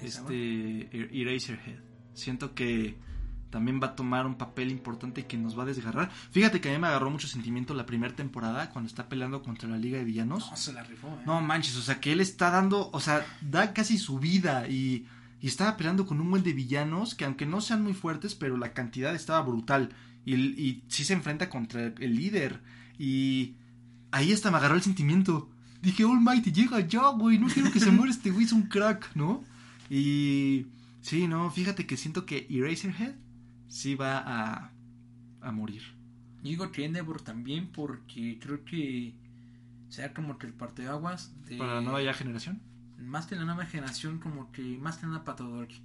Eraserhead. Siento que también va a tomar un papel importante y que nos va a desgarrar. Fíjate que a mí me agarró mucho sentimiento la primera temporada cuando está peleando contra la Liga de Villanos. No, se la rifó, No manches, o sea, que él está dando, o sea, da casi su vida y estaba peleando con un buen de villanos que aunque no sean muy fuertes, pero la cantidad estaba brutal. Y sí se enfrenta contra el líder. Y ahí hasta me agarró el sentimiento. Dije, All Might, llega ya, güey. No quiero que se muera este güey, es un crack, ¿no? Y sí, no, fíjate que siento que Eraserhead sí va a morir. Yo digo que Endeavor también, porque creo que sea como que el parteaguas de... ¿Para la nueva ya generación? Más que la nueva generación, como que más que nada para Todoroki.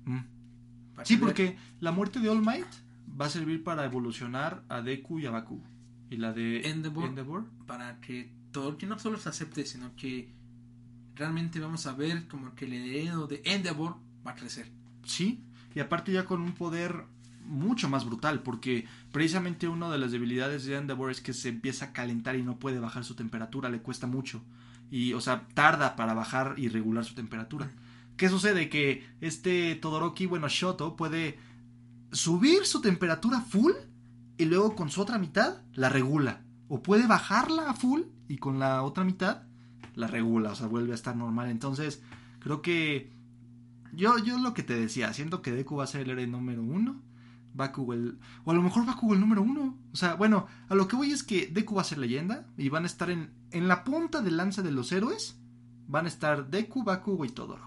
Sí, porque la muerte de All Might va a servir para evolucionar a Deku y a Bakugo. Y la de Endeavor para que Todoroki no solo se acepte, sino que realmente vamos a ver como que el heredero de Endeavor va a crecer. Sí, y aparte ya con un poder mucho más brutal, porque precisamente una de las debilidades de Endeavor es que se empieza a calentar y no puede bajar su temperatura, le cuesta mucho. Y, o sea, tarda para bajar y regular su temperatura. ¿Qué sucede? Que Todoroki, Shoto, puede subir su temperatura full y luego con su otra mitad la regula. O puede bajarla a full y con la otra mitad la regula, o sea, vuelve a estar normal. Entonces, creo que yo lo que te decía, siento que Deku va a ser el héroe número 1, Bakugo o a lo mejor Bakugo el número 1. O sea, bueno, a lo que voy es que Deku va a ser leyenda y van a estar en la punta de lanza de los héroes. Van a estar Deku, Bakugo y Todoroki.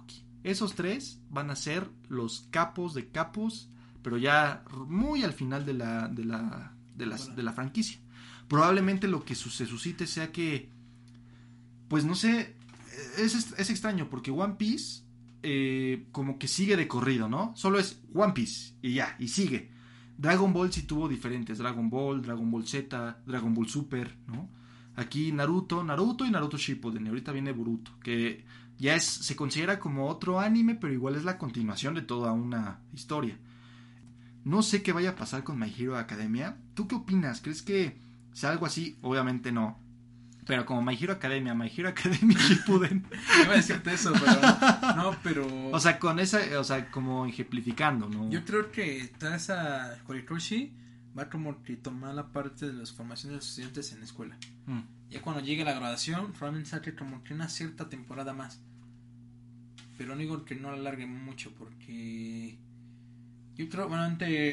Esos 3 van a ser los capos de capos, pero ya muy al final de la franquicia. Probablemente lo que se suscite sea que, pues no sé, es extraño porque One Piece como que sigue de corrido, ¿no? Solo es One Piece y ya, y sigue. Dragon Ball sí tuvo diferentes, Dragon Ball Z, Dragon Ball Super, ¿no? Aquí Naruto y Naruto Shippuden, y ahorita viene Boruto, que ya se considera como otro anime, pero igual es la continuación de toda una historia. No sé qué vaya a pasar con My Hero Academia. ¿Tú qué opinas? ¿Crees que sea algo así? Obviamente no. Pero como My Hero Academia Shippuden. Iba a decirte eso, pero no, pero... O sea, con esa, o sea, como ejemplificando, ¿no? Yo creo que toda esa Horikoshi va como que tomar la parte de las formaciones de los estudiantes en la escuela. Ya cuando llegue la graduación, probablemente saque como que una cierta temporada más. Pero no digo que no la alargue mucho, porque yo creo, bueno,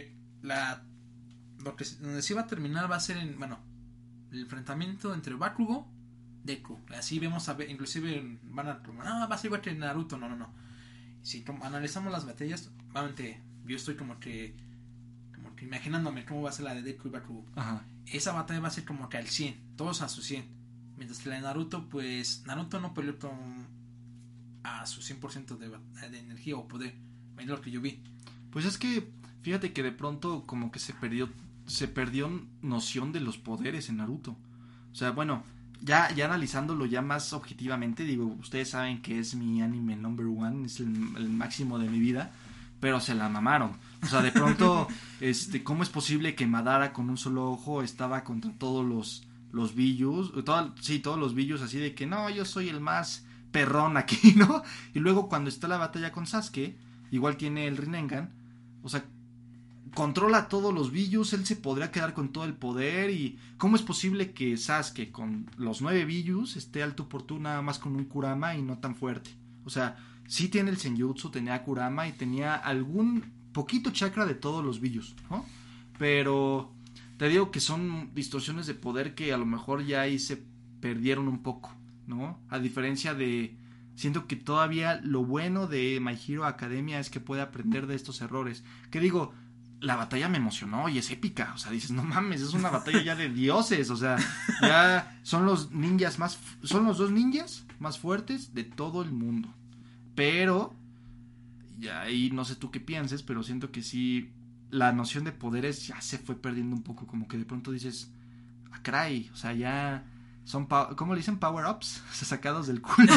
donde sí va a terminar va a ser en, bueno, el enfrentamiento entre Bakugo y Deku. Así vemos inclusive van a va a ser igual que Naruto, no. Si analizamos las batallas, obviamente yo estoy como que imaginándome cómo va a ser la de Deku y Bakugo. Ajá. Esa batalla va a ser como que al 100, todos a su 100. Mientras que la de Naruto, pues Naruto no peleó a su 100% de energía o poder. Es lo que yo vi. Pues es que fíjate que de pronto como que se perdió noción de los poderes en Naruto. O sea, bueno, ya analizándolo ya más objetivamente, digo, ustedes saben que es mi anime number one, es el máximo de mi vida, pero se la mamaron. O sea, de pronto, ¿cómo es posible que Madara con un solo ojo estaba contra todos los Billus? Todos los Billus, así de que no, yo soy el más perrón aquí, ¿no? Y luego cuando está la batalla con Sasuke, igual tiene el Rinnegan, o sea, controla todos los Billus, él se podría quedar con todo el poder. Y ¿cómo es posible que Sasuke con los 9 Billus esté al tú por tú nada más con un Kurama y no tan fuerte? O sea, sí tiene el Senjutsu, tenía Kurama y tenía algún poquito chakra de todos los Billus, ¿no? Pero te digo que son distorsiones de poder que a lo mejor ya ahí se perdieron un poco, ¿no? A diferencia de... Siento que todavía lo bueno de My Hero Academia es que puede aprender de estos errores. Que digo, la batalla me emocionó y es épica. O sea, dices, no mames, es una batalla ya de dioses. O sea, ya son los ninjas son los 2 ninjas más fuertes de todo el mundo. Pero, ya ahí no sé tú qué pienses, pero siento que sí, la noción de poderes ya se fue perdiendo un poco. Como que de pronto dices, ah, caray, o sea, ya... Son, ¿cómo le dicen? Power-ups, o sea, sacados del culo.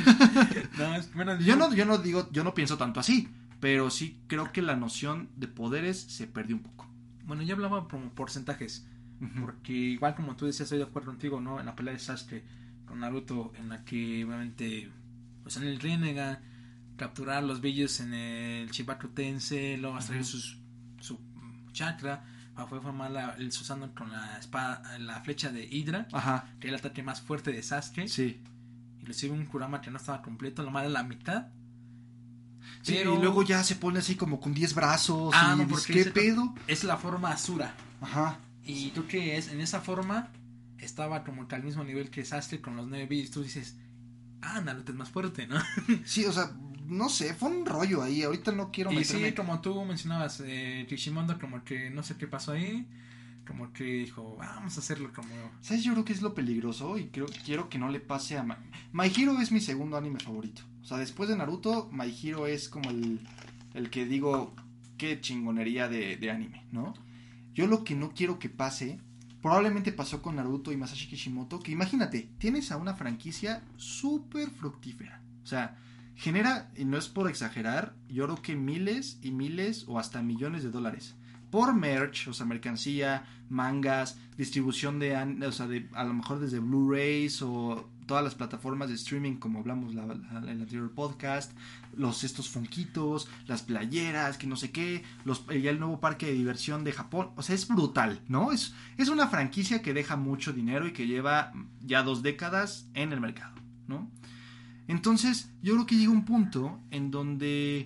Yo no pienso tanto así, pero sí creo que la noción de poderes se perdió un poco. Bueno, yo hablaba como porcentajes, porque igual como tú decías, estoy de acuerdo contigo, ¿no? En la pelea de Sasuke con Naruto, en la que obviamente, pues en el Rinnegan, capturar los Billus en el Chibaku Tensei, luego extraer su chakra, fue formar el Susanoo con la espada, la flecha de Hydra, que era el ataque más fuerte de Sasuke. Sí. Inclusive un Kurama que no estaba completo, nomás de la mitad. Sí, pero... y luego ya se pone así como con 10 brazos. No, porque ¿qué pedo? Es la forma Asura. Ajá. Y tú que en esa forma estaba como que al mismo nivel que Sasuke con los 9 Billus. Tú dices, Naruto es más fuerte, ¿no? Sí, o sea, no sé, fue un rollo ahí. Ahorita no quiero meterme. Y sí, como tú mencionabas, Kishimoto como que no sé qué pasó ahí. Como que dijo, vamos a hacerlo como... ¿Sabes? Yo creo que es lo peligroso y quiero que no le pase a... My Hero es mi segundo anime favorito. O sea, después de Naruto, My Hero es como el que digo, qué chingonería de anime, ¿no? Yo lo que no quiero que pase, probablemente pasó con Naruto y Masashi Kishimoto, que imagínate, tienes a una franquicia súper fructífera. O sea, genera, y no es por exagerar, yo creo que miles y miles o hasta millones de dólares. Por merch, o sea, mercancía, mangas, distribución o sea, a lo mejor desde Blu-rays o todas las plataformas de streaming, como hablamos en el anterior podcast, estos funquitos, las playeras, que no sé qué, ya el nuevo parque de diversión de Japón. O sea, es brutal, ¿no? Es una franquicia que deja mucho dinero y que lleva ya 2 décadas en el mercado, ¿no? Entonces, yo creo que llega un punto en donde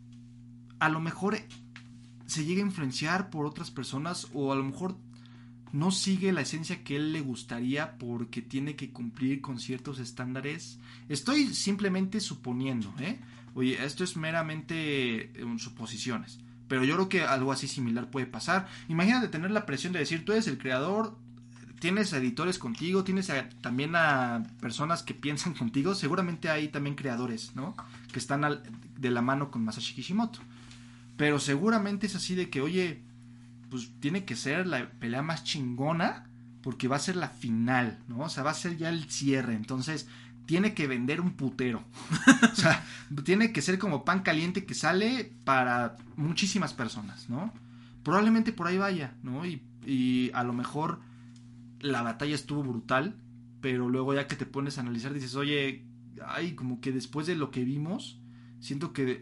a lo mejor se llega a influenciar por otras personas, o a lo mejor no sigue la esencia que él le gustaría porque tiene que cumplir con ciertos estándares. Estoy simplemente suponiendo, Oye, esto es meramente suposiciones. Pero yo creo que algo así similar puede pasar. Imagínate tener la presión de decir, tú eres el creador, tienes editores contigo, tienes también a personas que piensan contigo. Seguramente hay también creadores, ¿no? Que están de la mano con Masashi Kishimoto. Pero seguramente es así de que, oye, pues tiene que ser la pelea más chingona porque va a ser la final, ¿no? O sea, va a ser ya el cierre. Entonces, tiene que vender un putero. O sea, tiene que ser como pan caliente que sale para muchísimas personas, ¿no? Probablemente por ahí vaya, ¿no? Y a lo mejor la batalla estuvo brutal, pero luego ya que te pones a analizar dices, oye, ay, como que después de lo que vimos, siento que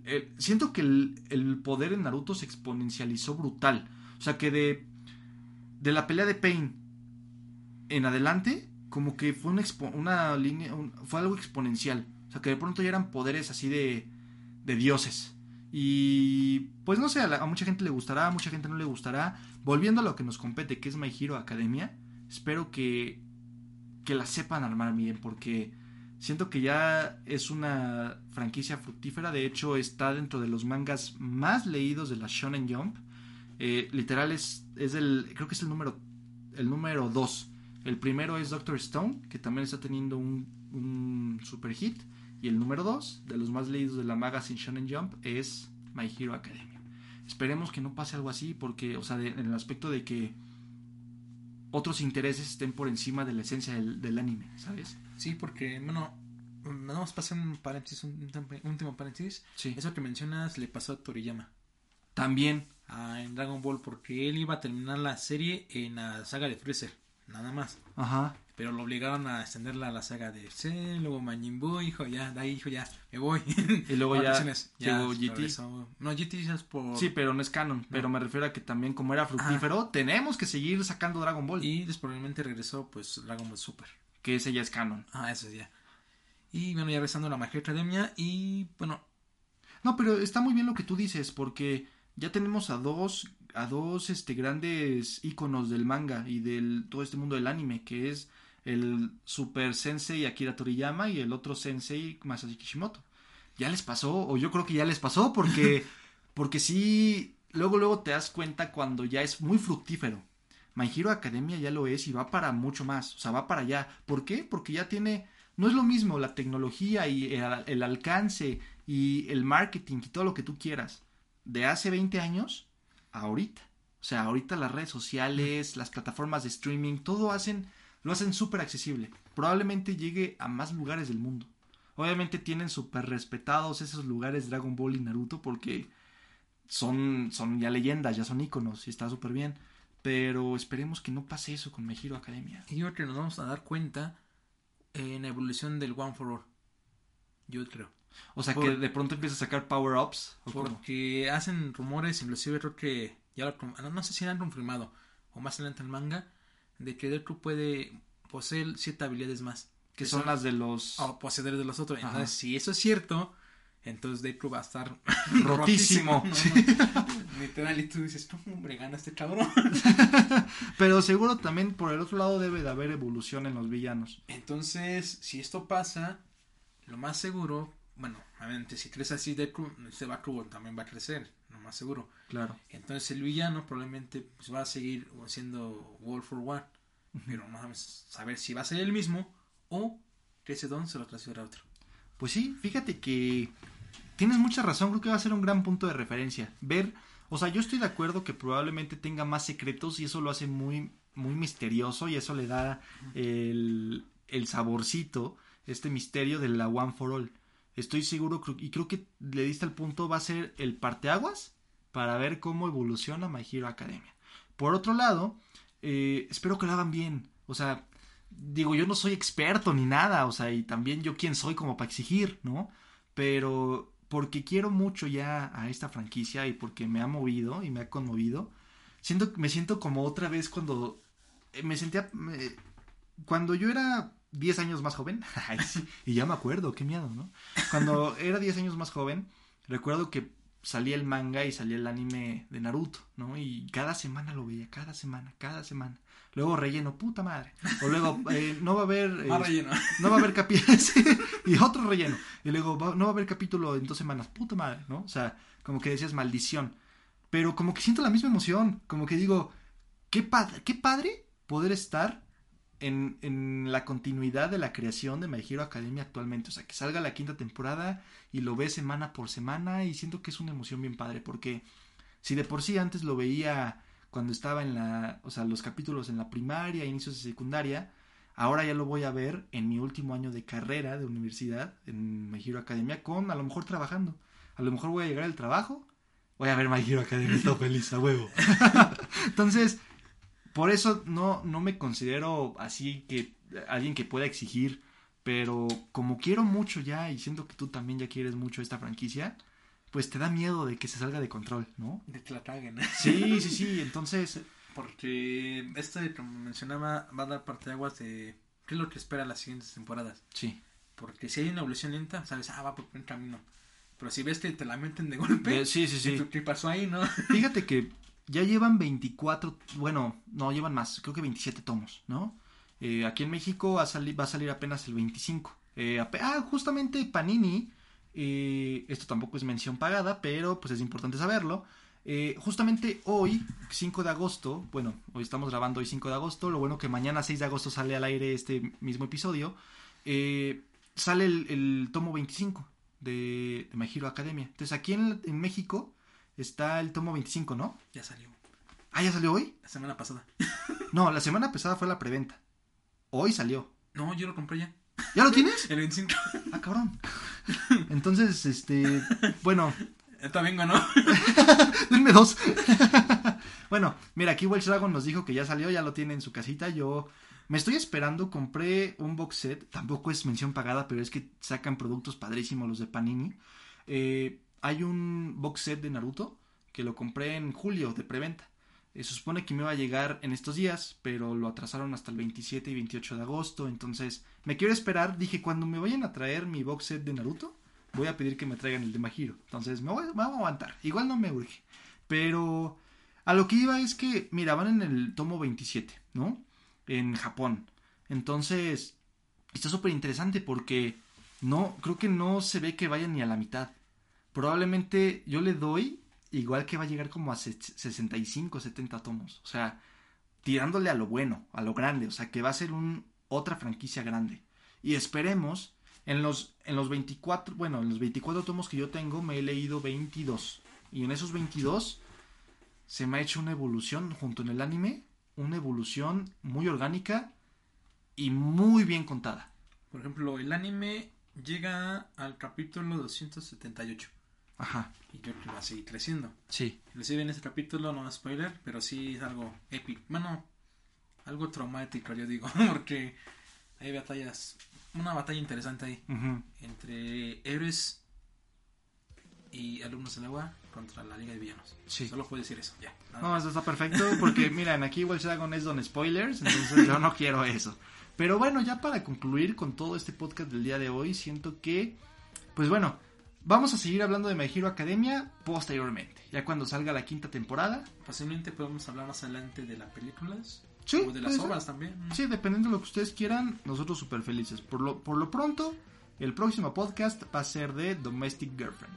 el poder en Naruto se exponencializó brutal. O sea, que de la pelea de Pain en adelante, como que fue una línea, fue algo exponencial. O sea, que de pronto ya eran poderes así de dioses. Y pues no sé, a mucha gente le gustará, a mucha gente no le gustará. Volviendo a lo que nos compete, que es My Hero Academia, espero que la sepan armar bien, porque siento que ya es una franquicia fructífera. De hecho, está dentro de los mangas más leídos de la Shonen Jump. Literal creo que es el número 2. El primero es Doctor Stone, que también está teniendo un super hit. Y el número 2 de los más leídos de la magazine Shonen Jump es My Hero Academia. Esperemos que no pase algo así, porque, o sea, en el aspecto de que otros intereses estén por encima de la esencia del anime, ¿sabes? Sí, porque, bueno, vamos a pasar un paréntesis, un último paréntesis. Sí. Eso que mencionas le pasó a Toriyama. También. En Dragon Ball, porque él iba a terminar la serie en la saga de Freezer, nada más. Ajá. Pero lo obligaron a extenderla a la saga de Cell, luego Majin Buu, de ahí ya, me voy. Y luego ya llegó GT. Regresó. No, GT ya es por... Sí, pero no es canon. No. Pero me refiero a que también, como era fructífero, tenemos que seguir sacando Dragon Ball. Y después regresó, pues, Dragon Ball Super. Que ese ya es canon. Eso ya. Y bueno, ya regresando a la My Hero Academia. Y bueno... No, pero está muy bien lo que tú dices, porque ya tenemos a dos grandes íconos del manga y del todo este mundo del anime, que es el super sensei Akira Toriyama y el otro sensei Masashi Kishimoto. Ya les pasó, o yo creo que ya les pasó, porque sí, luego te das cuenta cuando ya es muy fructífero. My Hero Academia ya lo es y va para mucho más, o sea, va para allá. ¿Por qué? Porque ya tiene, no es lo mismo la tecnología y el alcance y el marketing y todo lo que tú quieras de hace 20 años a ahorita. O sea, ahorita las redes sociales, las plataformas de streaming, todo lo hacen súper accesible. Probablemente llegue a más lugares del mundo. Obviamente tienen súper respetados esos lugares Dragon Ball y Naruto porque son ya leyendas, ya son íconos y está súper bien. Pero esperemos que no pase eso con My Hero Academia. Y yo creo que nos vamos a dar cuenta en la evolución del One for All. Yo creo. O sea, que de pronto empieza a sacar power-ups. Porque hacen rumores, inclusive creo que ya no sé si han confirmado o más adelante el manga, de que Deku puede poseer 7 habilidades más. Que son las de los... poseedores de los otros. Ajá. Entonces, si eso es cierto, entonces Deku va a estar rotísimo. ¿no? Literal, y tú dices, ¿cómo hombre gana este cabrón? Pero seguro también por el otro lado debe de haber evolución en los villanos. Entonces, si esto pasa, lo más seguro... Bueno, obviamente si crece así Deku, este Bakugo también va a crecer, lo más seguro. Claro. Entonces el villano probablemente pues, va a seguir siendo All for One. Pero no sabemos saber si va a ser el mismo o que ese don se lo transfiere a otro. Pues sí, fíjate que tienes mucha razón, creo que va a ser un gran punto de referencia. O sea, yo estoy de acuerdo que probablemente tenga más secretos y eso lo hace muy, muy misterioso y eso le da el saborcito, este misterio de la One for All. Estoy seguro y creo que le diste al punto, va a ser el parteaguas para ver cómo evoluciona My Hero Academia. Por otro lado, espero que lo hagan bien. O sea, digo, yo no soy experto ni nada, o sea, y también yo quién soy como para exigir, ¿no? Pero porque quiero mucho ya a esta franquicia y porque me ha movido y me ha conmovido, me siento como otra vez cuando cuando yo era 10 años más joven. Ay, sí, y ya me acuerdo, qué miedo, ¿no? Cuando era 10 años más joven, recuerdo que salía el manga y salía el anime de Naruto, ¿no? Y cada semana lo veía, cada semana. Luego relleno, puta madre. O luego no va a haber... relleno. No va a haber capítulo. Y otro relleno. Y luego no va a haber capítulo en 2 semanas, puta madre, ¿no? O sea, como que decías maldición. Pero como que siento la misma emoción. Como que digo, qué padre poder estar en la continuidad de la creación de My Hero Academia actualmente. O sea, que salga la 5ª temporada y lo ves semana por semana y siento que es una emoción bien padre, porque si de por sí antes lo veía cuando estaba los capítulos en la primaria, inicios de secundaria, ahora ya lo voy a ver en mi último año de carrera de universidad en My Hero Academia, a lo mejor trabajando. A lo mejor voy a llegar al trabajo, voy a ver My Hero Academia, estoy feliz, a huevo. Entonces, por eso no me considero así que alguien que pueda exigir, pero como quiero mucho ya y siento que tú también ya quieres mucho esta franquicia, pues te da miedo de que se salga de control, ¿no? De que la caguen. Sí, entonces... Porque como mencionaba, va a dar parteaguas de qué es lo que espera las siguientes temporadas. Sí. Porque si hay una evolución lenta, sabes, va por buen camino. Pero si ves que te la meten de golpe, sí. ¿Qué pasó ahí, no? Fíjate que ya llevan 24, bueno, no, llevan más, creo que 27 tomos, ¿no? Aquí en México va a salir apenas el 25. Justamente Panini, esto tampoco es mención pagada, pero pues es importante saberlo. Justamente hoy, 5 de agosto, bueno, hoy estamos grabando hoy 5 de agosto, lo bueno que mañana 6 de agosto sale al aire este mismo episodio, sale el tomo 25 de My Hero Academia. Entonces aquí en México está el tomo 25, ¿no? Ya salió. ¿Ya salió hoy? La semana pasada. No, la semana pasada fue la preventa. Hoy salió. No, yo lo compré ya. ¿Ya lo tienes? El 25. Cabrón. Entonces, bueno... Está bien, ¿no? Denme 2. Bueno, mira, aquí Welsh Dragon nos dijo que ya salió, ya lo tiene en su casita. Yo me estoy esperando, compré un box set, tampoco es mención pagada, pero es que sacan productos padrísimos los de Panini. Hay un box set de Naruto que lo compré en julio de preventa. Se supone que me iba a llegar en estos días, pero lo atrasaron hasta el 27 y 28 de agosto. Entonces me quiero esperar. Dije, cuando me vayan a traer mi box set de Naruto, voy a pedir que me traigan el de My Hero. Entonces me voy a aguantar. Igual no me urge. Pero a lo que iba es que, mira, van en el tomo 27, ¿no? En Japón. Entonces está súper interesante porque creo que no se ve que vayan ni a la mitad. Probablemente yo le doy igual que va a llegar como a 65, 70 tomos. O sea, tirándole a lo bueno, a lo grande. O sea, que va a ser otra franquicia grande. Y esperemos, en los 24, bueno, en los 24 tomos que yo tengo, me he leído 22. Y en esos 22 se me ha hecho una evolución junto en el anime. Una evolución muy orgánica y muy bien contada. Por ejemplo, el anime llega al capítulo 278. Ajá. Y yo creo que va a seguir creciendo. Sí. Inclusive en este capítulo, no spoiler, pero sí es algo épico. Bueno, algo traumático, yo digo. Porque hay una batalla interesante ahí. Uh-huh. Entre héroes y alumnos del agua contra la Liga de Villanos. Sí. Solo puedo decir eso, ya. No, eso está perfecto, porque miren, aquí Welsh Dragon es don spoilers, entonces yo no quiero eso. Pero bueno, ya para concluir con todo este podcast del día de hoy, siento que, pues bueno, vamos a seguir hablando de My Hero Academia posteriormente, ya cuando salga la 5ª temporada. Posiblemente podemos hablar más adelante de las películas. Sí, o de las obras también. Sí, dependiendo de lo que ustedes quieran, nosotros súper felices. Por lo pronto, el próximo podcast va a ser de Domestic Girlfriend.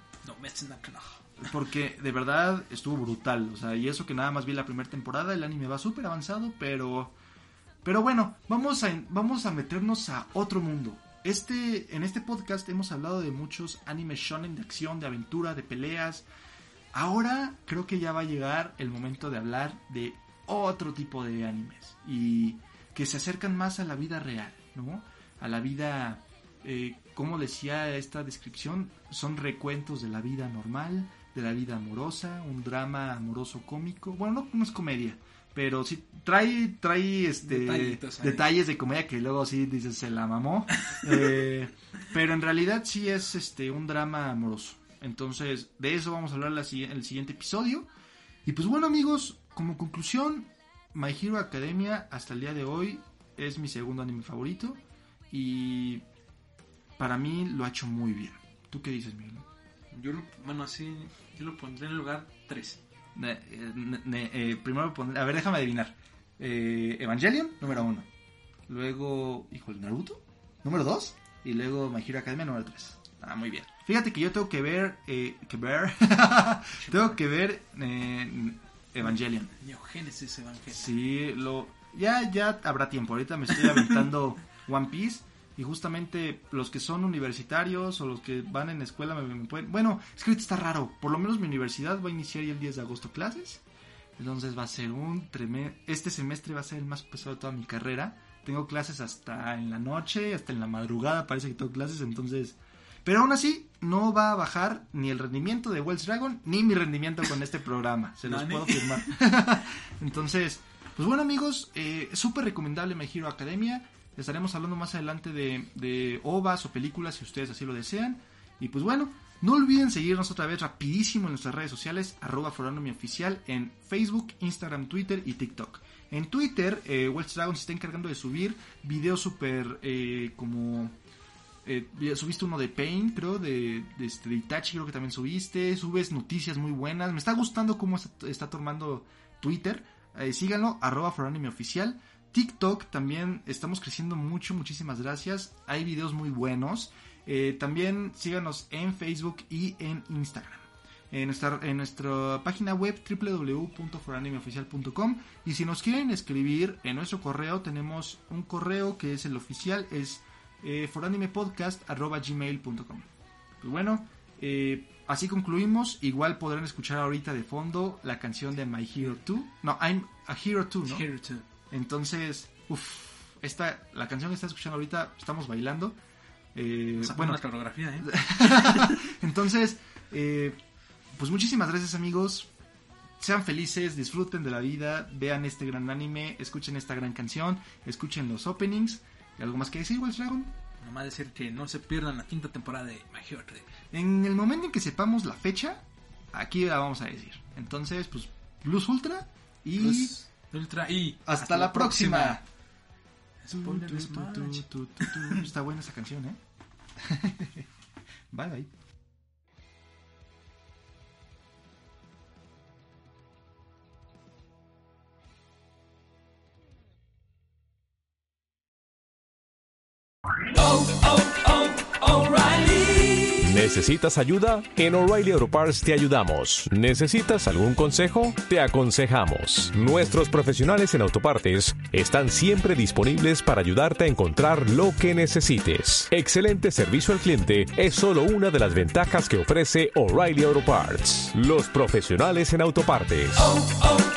Porque de verdad estuvo brutal. O sea, y eso que nada más vi la primera temporada, el anime va súper avanzado, pero bueno, vamos a meternos a otro mundo. En este podcast hemos hablado de muchos animes shonen de acción, de aventura, de peleas. Ahora creo que ya va a llegar el momento de hablar de otro tipo de animes y que se acercan más a la vida real, ¿no? A la vida, como decía esta descripción, son recuentos de la vida normal, de la vida amorosa, un drama amoroso cómico. Bueno, no es comedia, pero sí trae detalles de comedia que luego sí dices se la mamó. Pero en realidad sí es un drama amoroso. Entonces, de eso vamos a hablar en el siguiente episodio. Y pues bueno, amigos, como conclusión, My Hero Academia hasta el día de hoy es mi segundo anime favorito y para mí lo ha hecho muy bien. ¿Tú qué dices, Miguel? Yo lo pondré en el lugar 3. Primero pondré... A ver, déjame adivinar. Evangelion, número 1. Luego... Híjole, Naruto, número 2. Y luego My Hero Academia, número 3. Ah, muy bien. Fíjate que yo tengo que ver... tengo que ver... Evangelion. Neogénesis Evangelion. Sí, ya habrá tiempo. Ahorita me estoy aventando One Piece. Y justamente los que son universitarios o los que van en escuela me pueden... Bueno, es que ahorita está raro. Por lo menos mi universidad va a iniciar ya el 10 de agosto clases. Entonces va a ser un tremendo... Este semestre va a ser el más pesado de toda mi carrera. Tengo clases hasta en la noche, hasta en la madrugada parece que tengo clases. Entonces... Pero aún así, no va a bajar ni el rendimiento de Wells Dragon, ni mi rendimiento con este programa. Se los puedo firmar. Entonces, pues bueno amigos, súper recomendable My Hero Academia. Estaremos hablando más adelante de OVAs o películas si ustedes así lo desean. Y pues bueno, no olviden seguirnos otra vez rapidísimo en nuestras redes sociales, @ForAnime_oficial en Facebook, Instagram, Twitter y TikTok. En Twitter, Wells Dragon se está encargando de subir videos súper como... subiste uno de Pain, creo, de Itachi, creo que también subes noticias muy buenas. Me está gustando cómo está tomando Twitter. Síganlo, @ForAnimeOficial. TikTok también estamos creciendo mucho, muchísimas gracias. Hay videos muy buenos. También síganos en Facebook y en Instagram. En nuestra página web www.foranimeoficial.com. Y si nos quieren escribir en nuestro correo, tenemos un correo que es el oficial, es foranimepodcast@gmail.com. Pues bueno, así concluimos. Igual podrán escuchar ahorita de fondo la canción de My Hero 2. No, I'm a Hero 2, ¿no? Hero 2. Entonces, la canción que está escuchando ahorita, estamos bailando. Bueno, la coreografía, Entonces, pues muchísimas gracias amigos. Sean felices, disfruten de la vida, vean este gran anime, escuchen esta gran canción, escuchen los openings. ¿Algo más que decir, Wells Dragon? Nomás decir que no se pierdan la 5ª temporada de My Hero Academia. En el momento en que sepamos la fecha, aquí la vamos a decir. Entonces, pues, Plus Ultra y... hasta la próxima. Spoiler de Smash. Está buena esa canción, Bye, bye. ¿Necesitas ayuda? En O'Reilly Auto Parts te ayudamos. ¿Necesitas algún consejo? Te aconsejamos. Nuestros profesionales en autopartes están siempre disponibles para ayudarte a encontrar lo que necesites. Excelente servicio al cliente es solo una de las ventajas que ofrece O'Reilly Auto Parts. Los profesionales en autopartes.